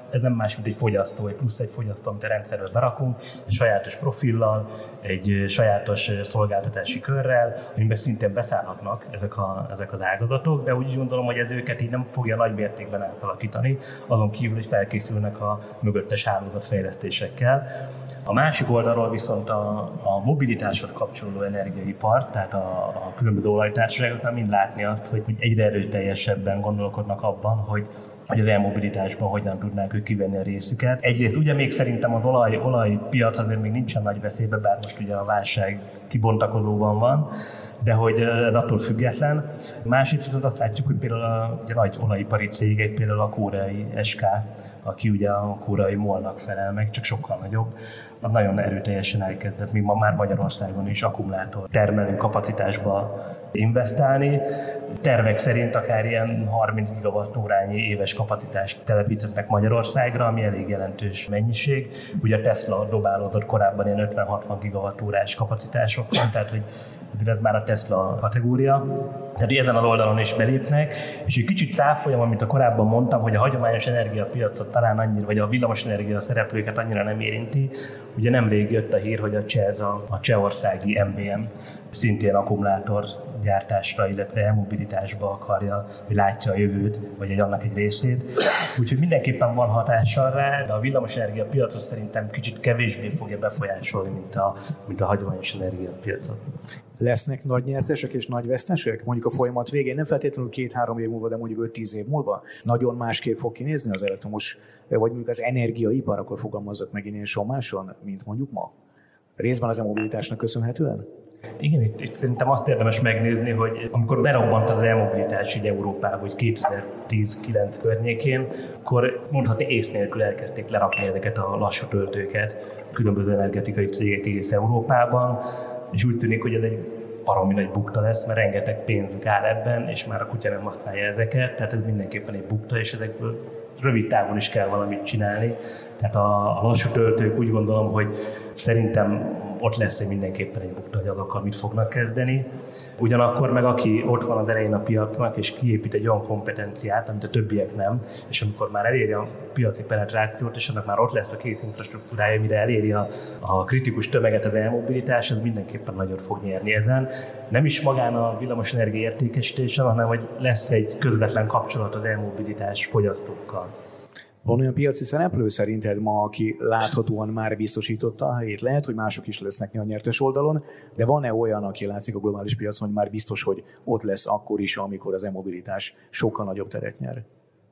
ez nem más, mint egy fogyasztó, egy plusz egy fogyasztó, amit a rendszerbe berakunk, egy sajátos profillal, egy sajátos szolgáltatási körrel, amiben szintén beszállhatnak ezek, a, ezek az ágazatok, de úgy gondolom, hogy ez őket így nem fogja nagy mértékben átalakítani, azon kívül, hogy felkészülnek a mögöttes hálózatfejlesztésekkel. A másik oldalról viszont a, a mobilitáshoz kapcsolódó energiaipar, tehát a, a különböző olajtársaságoknál mind látni azt, hogy egyre erőteljesebben gondolkodnak abban, hogy hogy az e-mobilitásban hogyan tudnák ők kivenni a részüket. Egyrészt ugye még szerintem az olaj, olajpiac azért még nincsen nagy veszélybe, bár most ugye a válság kibontakozóban van, de hogy ez attól független. Másrészt viszont azt látjuk, hogy például a ugye, nagy olajipari cégek, például a koreai es ká, aki ugye a koreai MOL-nak felel meg, csak sokkal nagyobb, az nagyon erőteljesen elkezdett, mi ma már Magyarországon is akkumulátor termelő kapacitásba investálni. Tervek szerint akár ilyen harminc gigawattórányi éves kapacitást telepítettek Magyarországra, ami elég jelentős mennyiség. Ugye a Tesla dobálózott korábban ilyen ötven-hatvan gigawattórás kapacitásokkal, tehát hogy ez már a Tesla kategória. Tehát ezen az oldalon is belépnek, és egy kicsit cáfolyam, amit a korábban mondtam, hogy a hagyományos energiapiacot talán annyira, vagy a villamosenergia szereplőket annyira nem érinti. Ugye nemrég jött a hír, hogy a CSEZ, a csehországi em bé em szintén akkumulátorgyártásra, illetve e-mobilitásba akarja, hogy látja a jövőt, vagy egy annak egy részét. Úgyhogy mindenképpen van hatással rá, de a villamosenergia piacot szerintem kicsit kevésbé fogja befolyásolni, mint a, mint a hagyományos energiapiacot. Lesznek nagy nyertesek és nagy vesztesek? Mondjuk a folyamat végén, nem feltétlenül két-három év múlva, de mondjuk öt-tíz év múlva nagyon másképp fog kinézni az elektromos, vagy mondjuk az energiaipar, akkor fogalmazzak meg én sommáson, mint mondjuk ma? Részben az e-mobilitásnak köszönhetően? Igen, itt, itt szerintem azt érdemes megnézni, hogy amikor berobbant az e-mobilitás így Európába, hogy kétezer-tíz-kilenc környékén, akkor mondhatni ész nélkül elkezdték lerakni ezeket a lassú töltőket különböző energetikai cégek egész Európában, és úgy tűnik, hogy ez egy baromi nagy bukta lesz, mert rengeteg pénzünk áll ebben, és már a kutya nem használja ezeket, tehát ez mindenképpen egy bukta, és ezekből rövid távon is kell valamit csinálni. Tehát a, a lassú töltők úgy gondolom, hogy szerintem ott lesz mindenképpen egy bukta, hogy azokkal mit fognak kezdeni. Ugyanakkor meg aki ott van az elején a piacnak, és kiépít egy olyan kompetenciát, amit a többiek nem, és amikor már eléri a piaci penetrációt, és annak már ott lesz a kész infrastruktúrája, mire eléri a, a kritikus tömeget az e-mobilitás, az mindenképpen nagyot fog nyerni ezen. Nem is magán a villamosenergia értékesítésen, hanem hogy lesz egy közvetlen kapcsolat az e-mobilitás fogyasztókkal. Van olyan piaci szereplő szerinted ma, aki láthatóan már biztosította a helyét? Lehet, hogy mások is lesznek a nyertes oldalon, de van-e olyan, aki látszik a globális piacon, hogy már biztos, hogy ott lesz akkor is, amikor az e-mobilitás sokkal nagyobb teret nyer?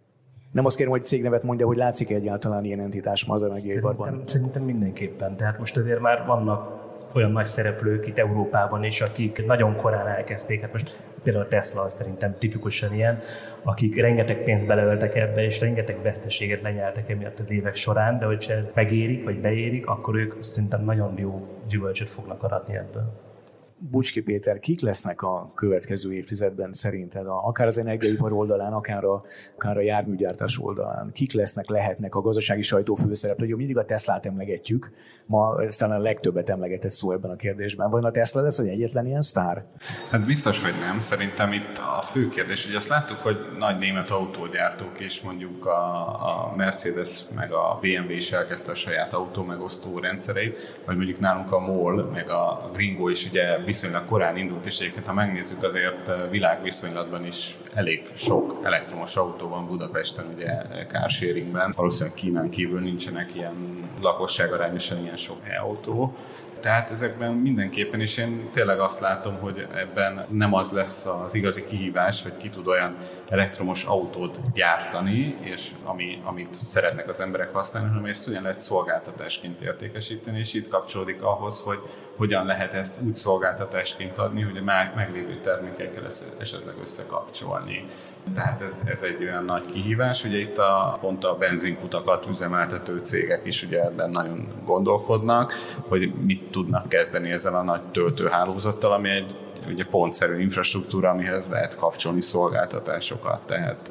Nem azt kérem, hogy cégnevet mondja, hogy látszik egyáltalán ilyen entitás ma az energiaiparban? Szerintem, szerintem mindenképpen. Tehát most azért már vannak olyan nagy szereplők itt Európában is, akik nagyon korán elkezdték, hát most például a Tesla szerintem tipikusan ilyen, akik rengeteg pénzt beleöltek ebbe, és rengeteg veszteséget lenyeltek emiatt az évek során, de hogyha megérik, vagy beérik, akkor ők szerintem nagyon jó gyümölcsöt fognak aratni ebből. Bucski Péter, kik lesznek a következő évtizedben szerinted, akár az energiaipar oldalán, akár a, akár a járműgyártás oldalán? Kik lesznek, lehetnek a gazdasági sajtó főszereplői? Mindig a Teslát emlegetjük, ma ez talán a legtöbbet emlegetett szó ebben a kérdésben. Vajon a Tesla lesz, hogy egyetlen ilyen sztár? Hát biztos, hogy nem. Szerintem itt a fő kérdés, hogy azt láttuk, hogy nagy német autógyártók és mondjuk a, a Mercedes meg a bé em vé is elkezdte a saját autómegosztó rendszereit, vagy mondjuk nálunk a MOL meg a Gringo is ugye viszonylag korán indult, és egyébként, ha megnézzük, azért világviszonylatban is elég sok elektromos autó van Budapesten, ugye carsharingben. Valószínűleg Kínán kívül nincsenek ilyen lakosságarányosan ilyen sok e-autó. Tehát ezekben mindenképpen, és én tényleg azt látom, hogy ebben nem az lesz az igazi kihívás, hogy ki tud olyan elektromos autót gyártani, és ami, amit szeretnek az emberek használni, hanem ezt ugyan lehet szolgáltatásként értékesíteni, és itt kapcsolódik ahhoz, hogy hogyan lehet ezt úgy szolgáltatásként adni, hogy a már meglévő termékekkel esetleg összekapcsolni. Tehát ez, ez egy olyan nagy kihívás. Ugye itt a, pont a benzinkutakat üzemeltető cégek is ugye ebben nagyon gondolkodnak, hogy mit tudnak kezdeni ezzel a nagy töltőhálózattal, ami egy ugye pontszerű infrastruktúra, amihez lehet kapcsolni szolgáltatásokat. Tehát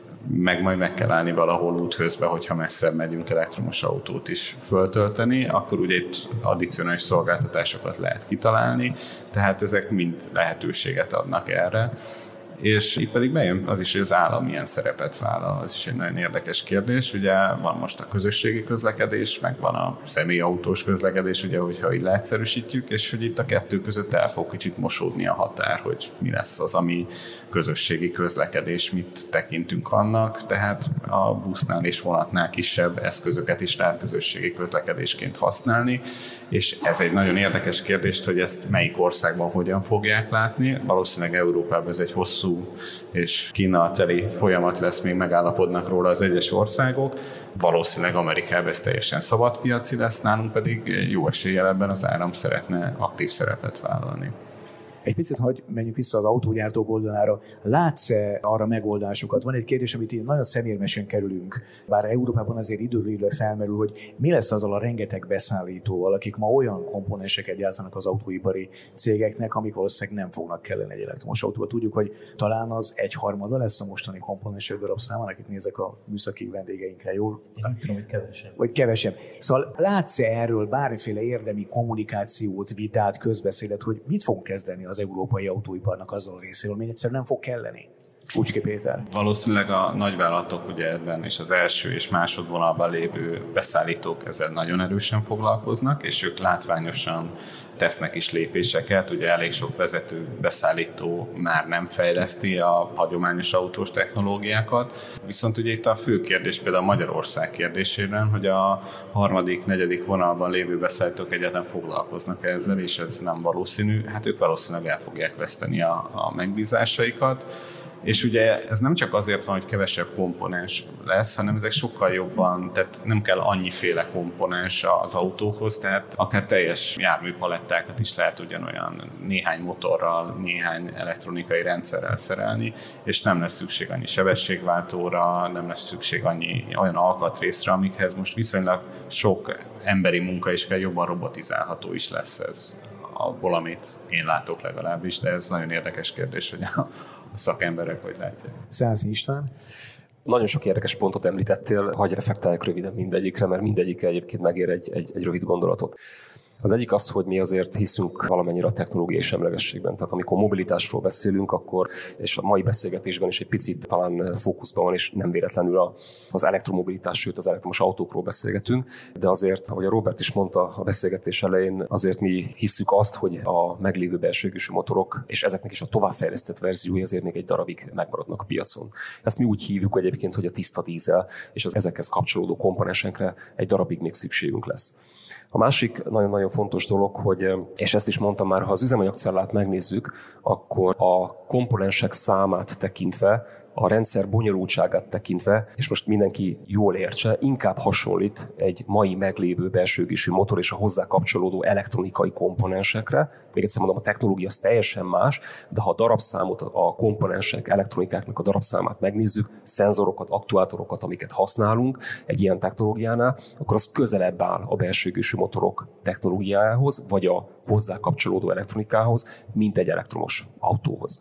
meg majd meg kell állni valahol útközben, hogyha messzebb megyünk elektromos autót is föltölteni, akkor ugye itt addicionális szolgáltatásokat lehet kitalálni, tehát ezek mind lehetőséget adnak erre. És itt pedig bejön az is, hogy az állam milyen szerepet vállal. Ez is egy nagyon érdekes kérdés. Ugye van most a közösségi közlekedés, meg van a személyautós közlekedés, ugye, hogyha így leegyszerűsítjük, és hogy itt a kettő között el fog kicsit mosódni a határ, hogy mi lesz az, ami közösségi közlekedés, mit tekintünk annak, tehát a busznál és vonatnál kisebb eszközöket is lehet közösségi közlekedésként használni, és ez egy nagyon érdekes kérdés, hogy ezt melyik országban hogyan fogják látni. Valószínűleg Európában ez egy hosszú és kínálteli folyamat lesz, még megállapodnak róla az egyes országok. Valószínűleg Amerikában ez teljesen szabadpiaci lesz, nálunk pedig jó eséllyel ebben az állam szeretne aktív szerepet vállalni. Egy picit hagy menjünk vissza az autógyártók oldalára. Látsz-e arra megoldásokat? Van egy kérdés, amit így nagyon szemérmesen kerülünk, bár Európában azért időről időre felmerül, hogy mi lesz azzal a rengeteg beszállítóval, akik ma olyan komponenseket gyártanak az autóipari cégeknek, amik valószínűleg nem fognak kelleni egy elektromos autóba. Tudjuk, hogy talán az egyharmada lesz a mostani komponensek darab számának, itt nézek a műszaki vendégeinkre, jól? Nem tudom, hogy kevesebb. Vagy kevesebb. Szóval látsz-e erről bármiféle érdemi kommunikációt, vitát, közbeszédet, hogy mit fogunk kezdeni az európai autóiparnak azzal a részéről, még egyszerűen nem fog kelleni? Ucski Péter. Valószínűleg a nagyvállalatok ugye ebben és az első és másodvonalban lévő beszállítók ezzel nagyon erősen foglalkoznak, és ők látványosan tesznek is lépéseket. Ugye elég sok vezető beszállító már nem fejleszti a hagyományos autós technológiákat. Viszont ugye itt a fő kérdés például Magyarország kérdésében, hogy a harmadik, negyedik vonalban lévő beszállítók egyáltalán foglalkoznak ezzel, és ez nem valószínű. Hát ők valószínűleg el fogják veszteni a, a megbízásaikat. És ugye ez nem csak azért van, hogy kevesebb komponens lesz, hanem ezek sokkal jobban, tehát nem kell annyiféle komponens az autókhoz, tehát akár teljes járműpalettákat is lehet ugyanolyan néhány motorral, néhány elektronikai rendszerrel szerelni, és nem lesz szükség annyi sebességváltóra, nem lesz szükség annyi olyan alkatrészre, amikhez most viszonylag sok emberi munka is kell, jobban robotizálható is lesz ez. Abból, amit én látok legalábbis, de ez nagyon érdekes kérdés, hogy a, a szakemberek hogy látják. Szászi István. Nagyon sok érdekes pontot említettél, hagyj reflektáljak röviden mindegyikre, mert mindegyik egyébként megér egy, egy, egy rövid gondolatot. Az egyik az, hogy mi azért hiszünk valamennyire a technológiai semlegességben. Tehát amikor mobilitásról beszélünk, akkor, és a mai beszélgetésben is egy picit talán fókuszban van, és nem véletlenül az elektromobilitás, sőt az elektromos autókról beszélgetünk, de azért, ahogy a Robert is mondta a beszélgetés elején, azért mi hiszük azt, hogy a meglévő belső égésű motorok, és ezeknek is a továbbfejlesztett verziói azért még egy darabig megmaradnak a piacon. Ezt mi úgy hívjuk egyébként, hogy a tiszta dízel, és az ezekhez kapcsolódó komponensekre egy darabig még szükségünk lesz. A másik nagyon-nagyon fontos dolog, hogy, és ezt is mondtam már, ha az üzemanyagcellát megnézzük, akkor a komponensek számát tekintve, a rendszer bonyolultságát tekintve, és most mindenki jól értse, inkább hasonlít egy mai meglévő belső égésű motor és a hozzá kapcsolódó elektronikai komponensekre. Még egyszer mondom, a technológia az teljesen más, de ha a darabszámot, a komponensek, elektronikáknak a darabszámát megnézzük, szenzorokat, aktuátorokat, amiket használunk egy ilyen technológiánál, akkor az közelebb áll a belső égésű motorok technológiájához, vagy a hozzá kapcsolódó elektronikához, mint egy elektromos autóhoz.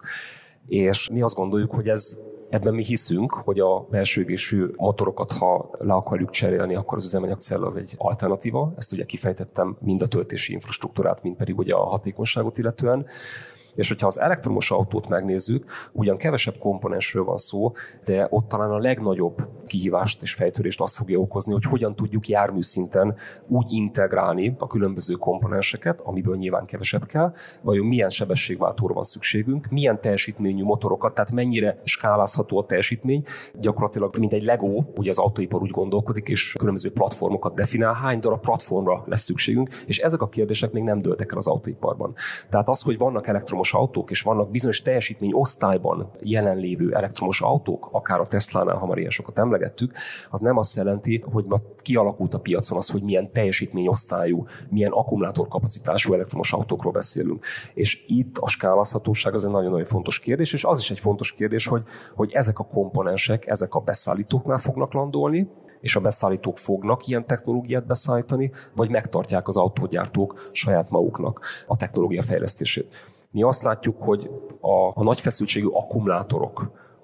És mi azt gondoljuk, hogy ez Ebben mi hiszünk, hogy a belső égésű motorokat, ha le akarjuk cserélni, akkor az üzemanyagcella az egy alternatíva. Ezt ugye kifejtettem mind a töltési infrastruktúrát, mind pedig ugye a hatékonyságot illetően. És hogyha az elektromos autót megnézzük, ugyan kevesebb komponensről van szó, de ott talán a legnagyobb kihívást és fejtörést azt fogja okozni, hogy hogyan tudjuk járműszinten úgy integrálni a különböző komponenseket, amiből nyilván kevesebb kell, vajon milyen sebességváltóra van szükségünk, milyen teljesítményű motorokat, tehát mennyire skálázható a teljesítmény. Gyakorlatilag mint egy Lego, ugye az autóipar úgy gondolkodik, és különböző platformokat definiál, hány darab platformra lesz szükségünk, és ezek a kérdések még nem dőltek el az autóiparban. Tehát az, hogy vannak elektromos autók, és vannak bizonyos teljesítmény osztályban jelenlévő elektromos autók, akár a Teslánál, ha már ilyen sokat emlegettük, az nem azt jelenti, hogy ma kialakult a piacon az, hogy milyen teljesítményosztályú, milyen akkumulátorkapacitású elektromos autókról beszélünk. És itt a skálázhatóság az egy nagyon-nagyon fontos kérdés, és az is egy fontos kérdés, hogy, hogy ezek a komponensek, ezek a beszállítóknál fognak landolni, és a beszállítók fognak ilyen technológiát beszállítani, vagy megtartják az autógyártók saját maguknak a technológia fejlesztését. Mi azt látjuk, hogy a, a nagy feszültségű akkumulátorok,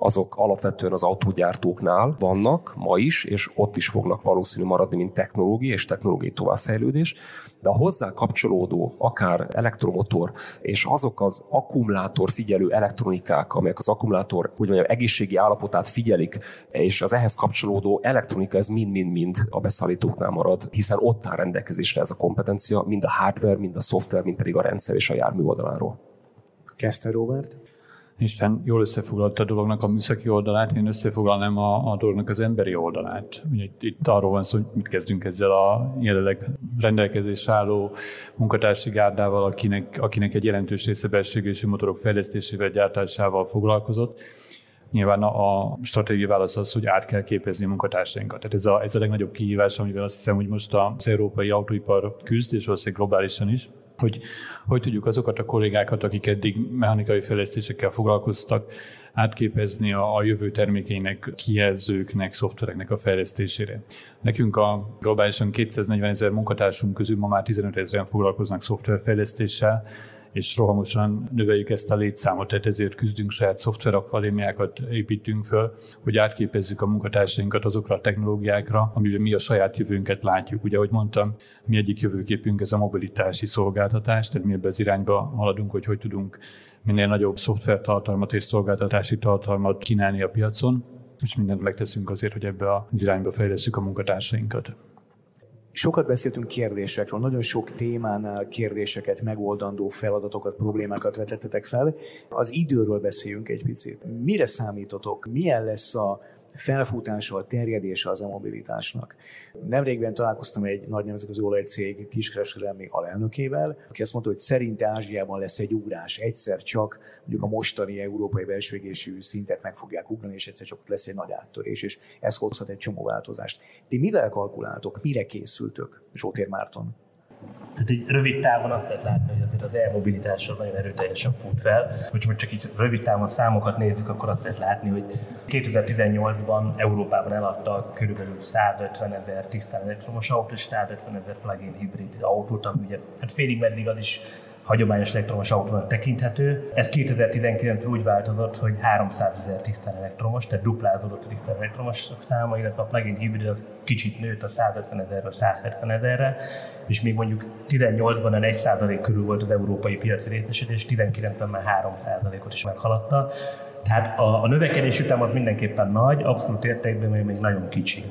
azok alapvetően az autógyártóknál vannak ma is, és ott is fognak valószínű maradni, mint technológia és technológiai továbbfejlődés, de a hozzá kapcsolódó akár elektromotor és azok az akkumulátor figyelő elektronikák, amelyek az akkumulátor úgy mondjam, egészségi állapotát figyelik, és az ehhez kapcsolódó elektronika, ez mind-mind-mind a beszállítóknál marad, hiszen ott áll rendelkezésre ez a kompetencia, mind a hardware, mind a szoftver, mind pedig a rendszer és a jármű oldaláról. Kezdte Robert? Isten jól összefoglalta a dolognak a műszaki oldalát, én összefoglalnám a, a dolognak az emberi oldalát. Ugye itt, itt arról van szó, hogy mit kezdünk ezzel a jelenleg rendelkezésre álló munkatársi gárdával, akinek, akinek egy jelentős része belső égésű motorok fejlesztésével, gyártásával foglalkozott. Nyilván a stratégiai válasz az, hogy át kell képezni a munkatársainkat. Tehát ez a, ez a legnagyobb kihívás, amivel azt hiszem, hogy most az európai autóipar küzd, és valószínűleg globálisan is, hogy hogy tudjuk azokat a kollégákat, akik eddig mechanikai fejlesztésekkel foglalkoztak, átképezni a, a jövő termékeinek, kijelzőknek, szoftvereknek a fejlesztésére. Nekünk a globálisan kétszáznegyven ezer munkatársunk közül ma már tizenöt ezeren foglalkoznak szoftverfejlesztéssel, és rohamosan növeljük ezt a létszámot, tehát ezért küzdünk, saját szoftverakadémiákat építünk föl, hogy átképezzük a munkatársainkat azokra a technológiákra, amiben mi a saját jövőnket látjuk. Ugye, ahogy mondtam, mi egyik jövőképünk ez a mobilitási szolgáltatás, tehát mi ebbe az irányba haladunk, hogy hogy tudunk minél nagyobb szoftvertartalmat és szolgáltatási tartalmat kínálni a piacon, és mindent megteszünk azért, hogy ebbe az irányba fejlesszük a munkatársainkat. Sokat beszéltünk kérdésekről, nagyon sok témánál kérdéseket, megoldandó feladatokat, problémákat vetettetek fel. Az időről beszéljünk egy picit. Mire számítotok? Milyen lesz a felfutása, a terjedése az e-mobilitásnak? Nemrégben találkoztam egy nagy nemzetközi olajcég kiskereskedelmi alelnökével, aki azt mondta, hogy szerinte Ázsiában lesz egy ugrás. Egyszer csak mondjuk a mostani európai belső égésű szintet meg fogják ugrani, és egyszer csak ott lesz egy nagy áttörés, és ez hozhat egy csomó változást. Ti mivel kalkuláltok? Mire készültök, Zsótér Márton? Tehát így rövid távon azt lehet látni, hogy azért az e-mobilitással nagyon erőteljesen fut fel. Hogyha csak így rövid távon számokat nézzük, akkor azt lehet látni, hogy kétezer-tizennyolcban Európában eladtak körülbelül százötven ezer tisztán elektromos autót és százötven ezer plug-in hibrid autót, ami ugye hát félig meddig az is hagyományos elektromos autónak tekinthető. Ez kétezer-tizenkilencre úgy változott, hogy háromszázezer tisztán elektromos, tehát duplázódott a tisztán elektromosok száma, illetve a plug-in hibrid az kicsit nőtt a százötven ezerről százhetven ezerre, és még mondjuk tizennyolcban egy százalék körül volt az európai piaci részesedés, tizenkilencben már három százalékot is meghaladta. Tehát a, a növekedés ütem az mindenképpen nagy, abszolút értékben még nagyon kicsi.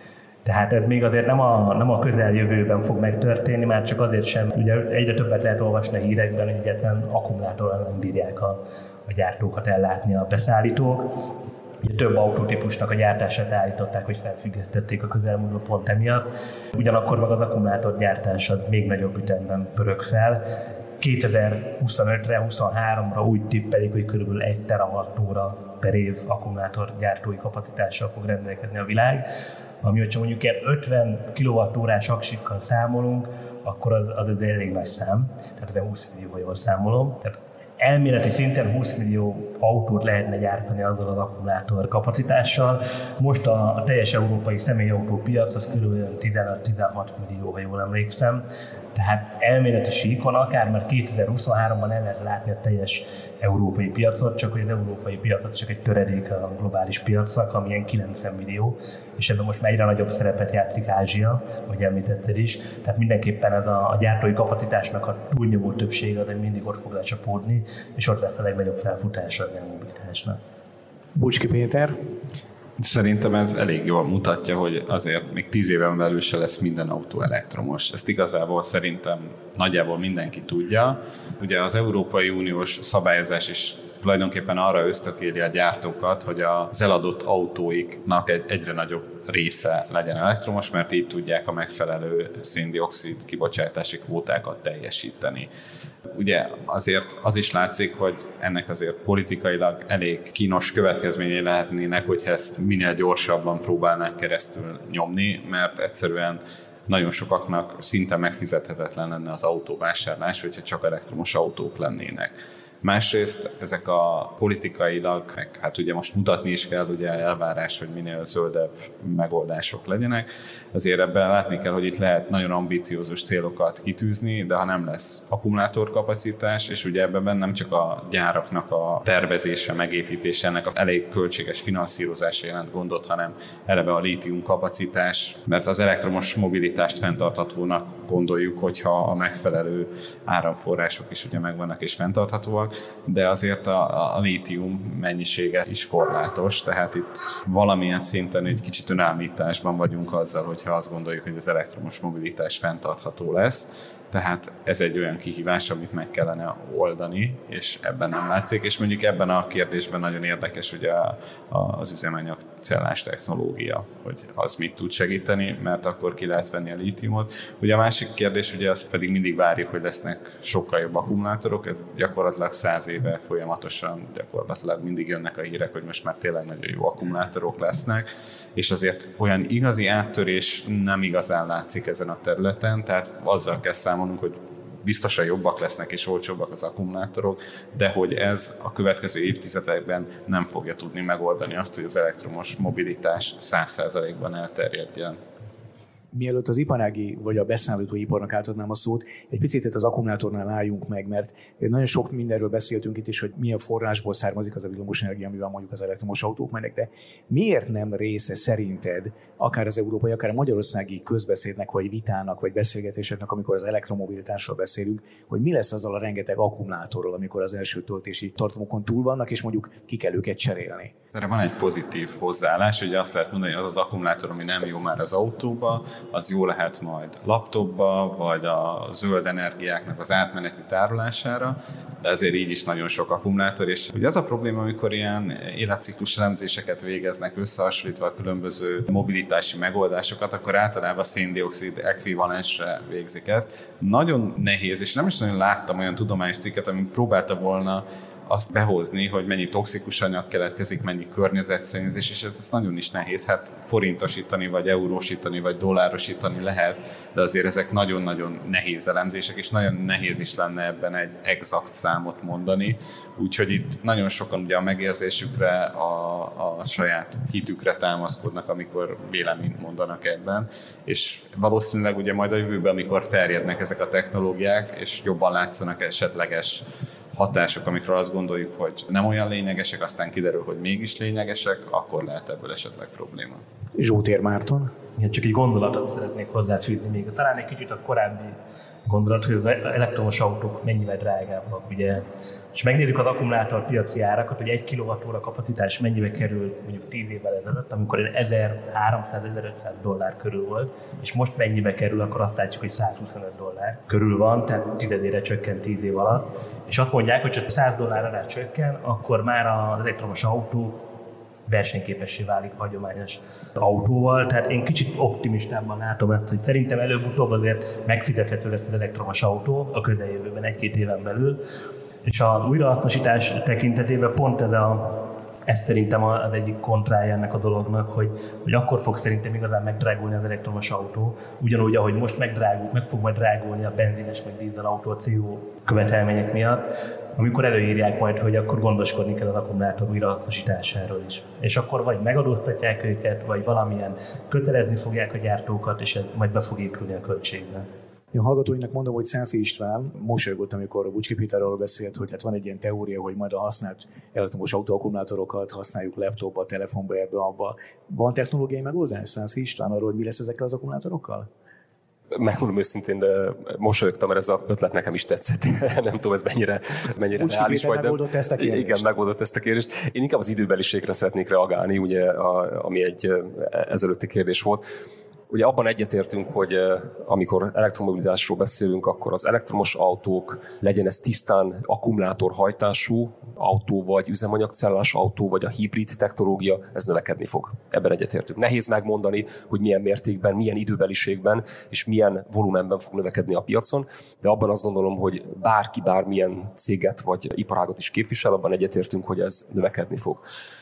Tehát ez még azért nem a, nem a közeljövőben fog megtörténni, már csak azért sem, ugye egyre többet lehet olvasni a hírekben, hogy egyetlen akkumulátorral nem bírják a, a gyártókat ellátni a beszállítók. Ugye több autótípusnak a gyártását állították, hogy felfüggesztették a közelmúltban pont emiatt. Ugyanakkor meg az akkumulátor gyártás az még nagyobb ütemben pörög fel. kétezer-huszonötre, huszonháromra úgy tippelik, hogy kb. egy terawattóra per év akkumulátor gyártói kapacitással fog rendelkezni a világ. Ami, hogyha mondjuk ilyen ötven kilowattórás aksikkal számolunk, akkor az, az egy elég nagy szám, tehát az húsz millió, jól számolom. Tehát elméleti szinten húsz millió autót lehetne gyártani azzal az akkumulátor kapacitással. Most a, a teljes európai személyautópiac az kb. tizenöt-tizenhat millió, ha jól emlékszem. Tehát elméleti síkon, akár már kétezer-huszonháromban el lehet látni a teljes európai piacot, csak hogy az európai piac az csak egy töredék a globális piacnak, amilyen kilencven millió, és ebben most már egyre nagyobb szerepet játszik Ázsia, ahogy említetted is. Tehát mindenképpen ez a, a gyártói kapacitásnak a túlnyomó többsége az, hogy mindig ott fog lecsapódni, és ott lesz a legnagyobb felfutása a mobilitásnak. Bucski Péter. Szerintem ez elég jól mutatja, hogy azért még tíz éven belül se lesz minden autó elektromos. Ezt igazából szerintem nagyjából mindenki tudja. Ugye az Európai Uniós szabályozás is tulajdonképpen arra ösztökéli a gyártókat, hogy az eladott autóiknak egy egyre nagyobb része legyen elektromos, mert így tudják a megfelelő szén-dioxid kibocsátási kvótákat teljesíteni. Ugye azért az is látszik, hogy ennek azért politikailag elég kínos következményei lehetnének, hogyha ezt minél gyorsabban próbálnák keresztül nyomni, mert egyszerűen nagyon sokaknak szinte megfizethetetlen lenne az autóvásárlás, hogyha csak elektromos autók lennének. Másrészt ezek a politikailag, meg hát ugye most mutatni is kell ugye elvárás, hogy minél zöldebb megoldások legyenek. Azért ebben látni kell, hogy itt lehet nagyon ambiciózus célokat kitűzni, de ha nem lesz akkumulátorkapacitás, és ugye ebben nem csak a gyáraknak a tervezése, megépítése, ennek a elég költséges finanszírozása jelent gondot, hanem eleve a lítium kapacitás, mert az elektromos mobilitást fenntarthatónak gondoljuk, hogyha a megfelelő áramforrások is ugye megvannak és fenntarthatóak, de azért a, a lítium mennyisége is korlátos, tehát itt valamilyen szinten egy kicsit önállításban vagyunk azzal, hogyha azt gondoljuk, hogy az elektromos mobilitás fenntartható lesz. Tehát ez egy olyan kihívás, amit meg kellene oldani, és ebben nem látszik. És mondjuk ebben a kérdésben nagyon érdekes ugye az üzemanyagcellás technológia, hogy az mit tud segíteni, mert akkor ki lehet venni a lítiumot. Ugye a másik kérdés, ugye az pedig mindig várjuk, hogy lesznek sokkal jobb akkumulátorok, ez gyakorlatilag száz éve folyamatosan gyakorlatilag mindig jönnek a hírek, hogy most már tényleg nagyon jó akkumulátorok lesznek, és azért olyan igazi áttörés nem igazán látszik ezen a területen, tehát azzal kell számolnunk, hogy biztosan jobbak lesznek és olcsóbbak az akkumulátorok, de hogy ez a következő évtizedekben nem fogja tudni megoldani azt, hogy az elektromos mobilitás száz százalékban elterjedjen. Mielőtt az iparági vagy a beszállítóiparnak átadnám a szót, egy picit az akkumulátornál álljunk meg, mert nagyon sok mindenről beszéltünk itt is, hogy milyen forrásból származik az a villamosenergia, amivel mondjuk az elektromos autók mennek, de miért nem része szerinted akár az európai, akár a magyarországi közbeszédnek, vagy vitának, vagy beszélgetéseknek, amikor az elektromobilitásról beszélünk, hogy mi lesz azzal a rengeteg akkumulátorral, amikor az első töltési tartamokon túl vannak, és mondjuk ki kell őket cserélni? Erre van egy pozitív hozzáállás, ugye azt lehet mondani, hogy az az akkumulátor, ami nem jó már az autóba, az jó lehet majd laptopba, vagy a zöld energiáknak az átmeneti tárolására, de azért így is nagyon sok akkumulátor, és ugye az a probléma, amikor ilyen életciklus elemzéseket végeznek összehasonlítva a különböző mobilitási megoldásokat, akkor általában a szén-dioxid ekvivalensre végzik ezt. Nagyon nehéz, és nem is nagyon láttam olyan tudományos cikket, ami próbálta volna azt behozni, hogy mennyi toxikus anyag keletkezik, mennyi környezetszennyezés, és ez, ez nagyon is nehéz. Hát forintosítani, vagy eurósítani, vagy dollárosítani lehet, de azért ezek nagyon-nagyon nehéz elemzések, és nagyon nehéz is lenne ebben egy exakt számot mondani. Úgyhogy itt nagyon sokan ugye a megérzésükre, a, a saját hitükre támaszkodnak, amikor véleményt mondanak ebben. És valószínűleg ugye majd a jövőben, amikor terjednek ezek a technológiák, és jobban látszanak esetleges hatások, amikről azt gondoljuk, hogy nem olyan lényegesek, aztán kiderül, hogy mégis lényegesek, akkor lehet ebből esetleg probléma. Zsótér Márton. Igen, csak egy gondolatot szeretnék hozzáfűzni még. Talán egy kicsit a korábbi gondolat, hogy az elektromos autók mennyivel drágábbak, ugye. És megnézzük az akkumulátor piaci árakat, hogy egy kilovattóra kapacitás mennyibe kerül mondjuk tíz évvel ezelőtt, amikor ezerháromszáz-ezerötszáz dollár körül volt, és most mennyibe kerül, akkor azt látjuk, hogy százhuszonöt dollár körül van, tehát tizedére csökkent tíz év alatt. És azt mondják, hogy csak száz dollárra rá csökken, akkor már az elektromos autó versenyképessé válik hagyományos autóval. Tehát én kicsit optimistábban látom ezt, hogy szerintem előbb-utóbb azért megfizethető lesz az elektromos autó a közeljövőben, egy-két éven belül. És az újrahasznosítás tekintetében pont ez a Ez szerintem az egyik kontrája ennek a dolognak, hogy, hogy akkor fog szerintem igazán megdrágulni az elektromos autó, ugyanúgy, ahogy most megdrágul, meg fog majd drágulni a benzines meg dízel autó cé o követelmények miatt, amikor előírják majd, hogy akkor gondoskodni kell az akkumulátor újrahasznosításáról is. És akkor vagy megadóztatják őket, vagy valamilyen kötelezni fogják a gyártókat, és ez majd be fog épülni a költségben. A hallgatóinak mondom, hogy Szászi István mosolygott, amikor a Bucski Péter arról beszélt, hogy hát van egy ilyen teória, hogy majd a használt elektromos autóakkumulátorokat használjuk laptopba, telefonba, ebbe, abba. Van technológiai megoldás, Szászi István, arról, hogy mi lesz ezekkel az akkumulátorokkal? Megmondom őszintén, de mosolyogtam, mert ez az ötlet nekem is tetszett. Nem tudom, ez mennyire, mennyire reális vagy. Megoldott ezt a kérdést. Igen, megoldott ezt a kérdést. Én inkább az időbeliségre szeretnék reagálni, ugye, a, ami egy ezelőtti kérdés volt. Ugye abban egyetértünk, hogy amikor elektromobilitásról beszélünk, akkor az elektromos autók, legyen ez tisztán akkumulátorhajtású autó, vagy üzemanyagcellás autó, vagy a hibrid technológia, ez növekedni fog. Ebben egyetértünk. Nehéz megmondani, hogy milyen mértékben, milyen időbeliségben és milyen volumenben fog növekedni a piacon, de abban azt gondolom, hogy bárki bármilyen céget vagy iparágat is képvisel, abban egyetértünk, hogy ez növekedni fog.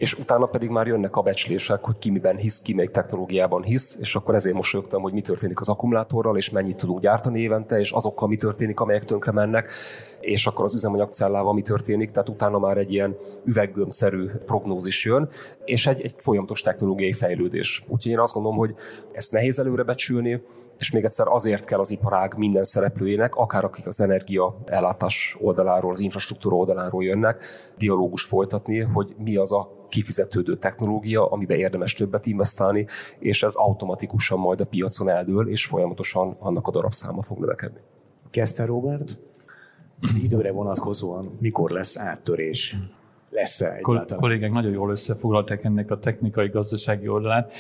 és utána pedig már jönnek a becslések, hogy ki miben hisz, ki melyik technológiában hisz, és akkor ezért mosolyogtam, hogy mi történik az akkumulátorral, és mennyit tudunk gyártani évente, és azokkal mi történik, amelyek tönkre mennek, és akkor az üzemanyagcellával mi történik, tehát utána már egy ilyen üveggömbszerű prognózis jön, és egy, egy folyamatos technológiai fejlődés. Úgyhogy én azt gondolom, hogy ezt nehéz előrebecsülni, és még egyszer azért kell az iparág minden szereplőjének, akár akik az energia ellátás oldaláról, az infrastruktúra oldaláról jönnek, dialógus folytatni, hogy mi az a kifizetődő technológia, amiben érdemes többet investálni, és ez automatikusan majd a piacon eldől, és folyamatosan annak a darabszáma fog növekedni. Kezdte Robert? Az időre vonatkozóan mikor lesz áttörés? Lesz-e egyáltalán? A kollégák nagyon jól összefoglalták ennek a technikai, gazdasági oldalát.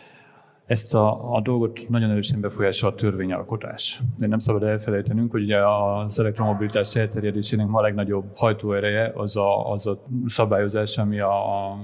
Ezt a, a dolgot nagyon erősen befolyásol a törvényalkotás. De nem szabad elfelejtenünk, hogy ugye az elektromobilitás elterjedésének ma a legnagyobb hajtóereje az a, az a szabályozás, ami a,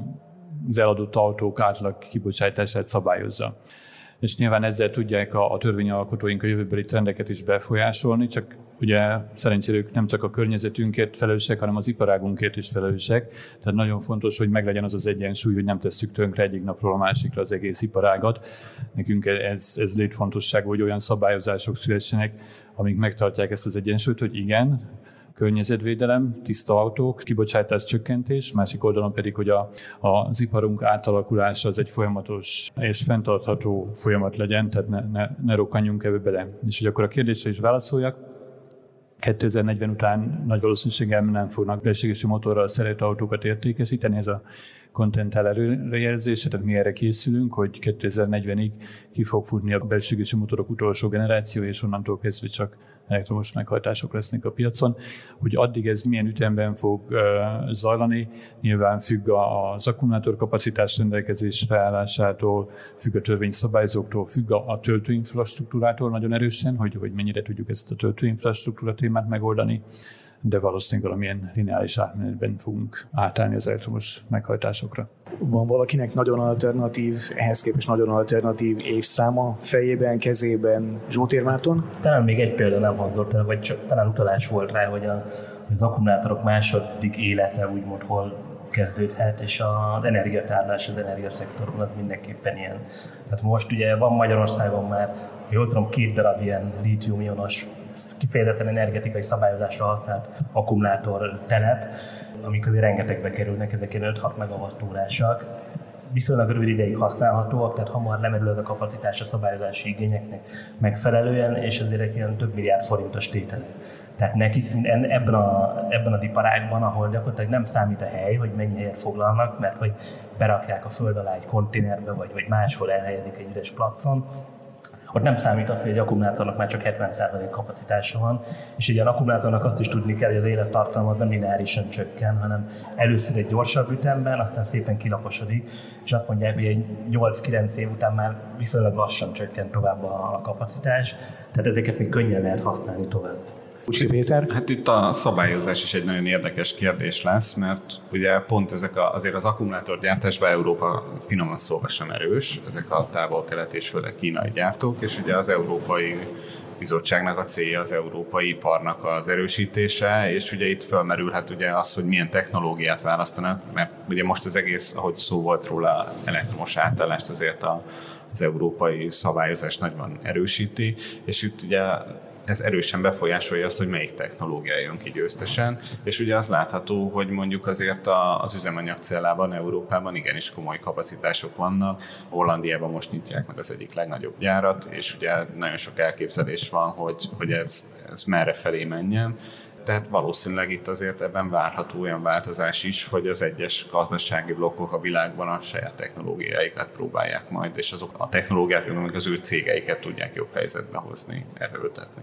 az eladott autók átlag kibocsátását szabályozza. És nyilván ezzel tudják a, a törvényalkotóink a jövőbeli trendeket is befolyásolni, csak ugye szerencsére ők nem csak a környezetünkért felelősek, hanem az iparágunkért is felelősek. Tehát nagyon fontos, hogy meglegyen az az egyensúly, hogy nem tesszük tönkre egyik napról a másikra az egész iparágat. Nekünk ez, ez létfontosságú, hogy olyan szabályozások szülessenek, amik megtartják ezt az egyensúlyt, hogy igen, környezetvédelem, tiszta autók, kibocsátás csökkentés, másik oldalon pedig, hogy a, az iparunk átalakulása az egy folyamatos és fenntartható folyamat legyen, tehát ne, ne, ne rokkanjunk ebbe bele. És hogy akkor a kérdésre is válaszoljak, kétezer-negyven után nagy valószínűséggel nem fognak belső égésű motorral szerelt autókat értékesíteni, ez a Continental előrejelzése, tehát mi erre készülünk, hogy kétezer-negyvenig ki fog futni a belső égésű motorok utolsó generáció, és onnantól kezdve csak elektromos meghajtások lesznek a piacon. Hogy addig ez milyen ütemben fog uh, zajlani, nyilván függ az akkumulátorkapacitás rendelkezésre állásától, függ a törvényszabályzóktól, függ a, a töltőinfrastruktúrától nagyon erősen, hogy, hogy mennyire tudjuk ezt a töltőinfrastruktúra témát megoldani, de valószínűleg valamilyen lineáris átmenetben fogunk átállni az elektromos meghajtásokra. Van valakinek nagyon alternatív, ehhez képest nagyon alternatív évszáma fejében, kezében, Zsótér Márton? Talán még egy példa nem hangzott el, vagy csak talán utalás volt rá, hogy a, az akkumulátorok második élete úgymond hol kezdődhet, és az energiatárlás az energiaszektorban az mindenképpen ilyen. Tehát most ugye van Magyarországon már, jól tudom, két darab ilyen lítium-ionos kifejezetten energetikai szabályozásra használt akkumulátor telep, amik azért rengetegbe kerülnek, ezek ilyen öt-hat megawattórásak. Viszonylag rövid ideig használhatóak, tehát hamar lemerül az a kapacitás a szabályozási igényeknek megfelelően, és azért egy ilyen több milliárd forintos tétel. Tehát nekik ebben a, ebben a iparágban, ahol gyakorlatilag nem számít a hely, hogy mennyi helyet foglalnak, mert hogy berakják a föld alá egy konténerbe, vagy, vagy máshol elhelyezik egy üres placon, ott nem számít az, hogy egy akkumulátornak már csak hetven százalék kapacitása van, és egy akkumulátornak azt is tudni kell, hogy az élettartalma nem lineárisan csökken, hanem először egy gyorsabb ütemben, aztán szépen kilaposodik, és azt mondják, hogy egy nyolc-kilenc év után már viszonylag lassan csökken tovább a kapacitás, tehát ezeket még könnyen lehet használni tovább. Bucski Péter? Hát itt a szabályozás is egy nagyon érdekes kérdés lesz, mert ugye pont ezek a, azért az akkumulátorgyártásban Európa finoman szólva sem erős, ezek a távol-kelet és főleg kínai gyártók, és ugye az Európai Bizottságnak a célja az európai iparnak az erősítése, és ugye itt fölmerülhet ugye az, hogy milyen technológiát választanak, mert ugye most az egész, ahogy szó volt róla, elektromos átállást azért a, az európai szabályozás nagyban erősíti, és itt ugye ez erősen befolyásolja azt, hogy melyik technológia jön ki győztesen, és ugye az látható, hogy mondjuk azért az üzemanyagcellában Európában igenis komoly kapacitások vannak. Hollandiában most nyitják meg az egyik legnagyobb gyárat, és ugye nagyon sok elképzelés van, hogy, hogy ez, ez merre felé menjen. Tehát valószínűleg itt azért ebben várható olyan változás is, hogy az egyes gazdasági blokkok a világban a saját technológiáikat próbálják majd, és azok a technológiák, amik az ő cégeiket tudják jobb helyzetbe hozni, erőltetni.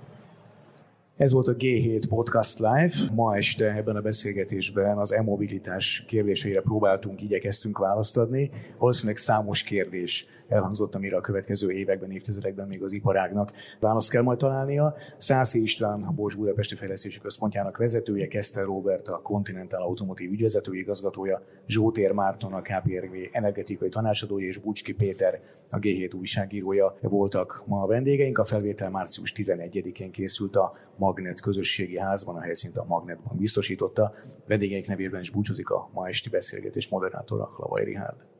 Ez volt a gé hét Podcast Live. Ma este ebben a beszélgetésben az e-mobilitás kérdéseire próbáltunk, igyekeztünk választ adni. Valószínűleg számos kérdés elhangzott, amire a következő években, évtizedekben még az iparágnak választ kell majd találnia. Szászi István, a Bosch Budapesti Fejlesztési Központjának vezetője, Keszter Róbert, a Continental Automotív ügyvezető igazgatója, Zsótér Márton, a ká pé er vé energetikai tanácsadója, és Bucski Péter, a gé hét újságírója voltak ma a vendégeink. A felvétel március tizenegyedikén készült a Magnet közösségi házban, a helyszínt a Magnetban biztosította. Vendégeik nevében is búcsúzik a ma esti beszélgetés moderátora, Lavai Richárd.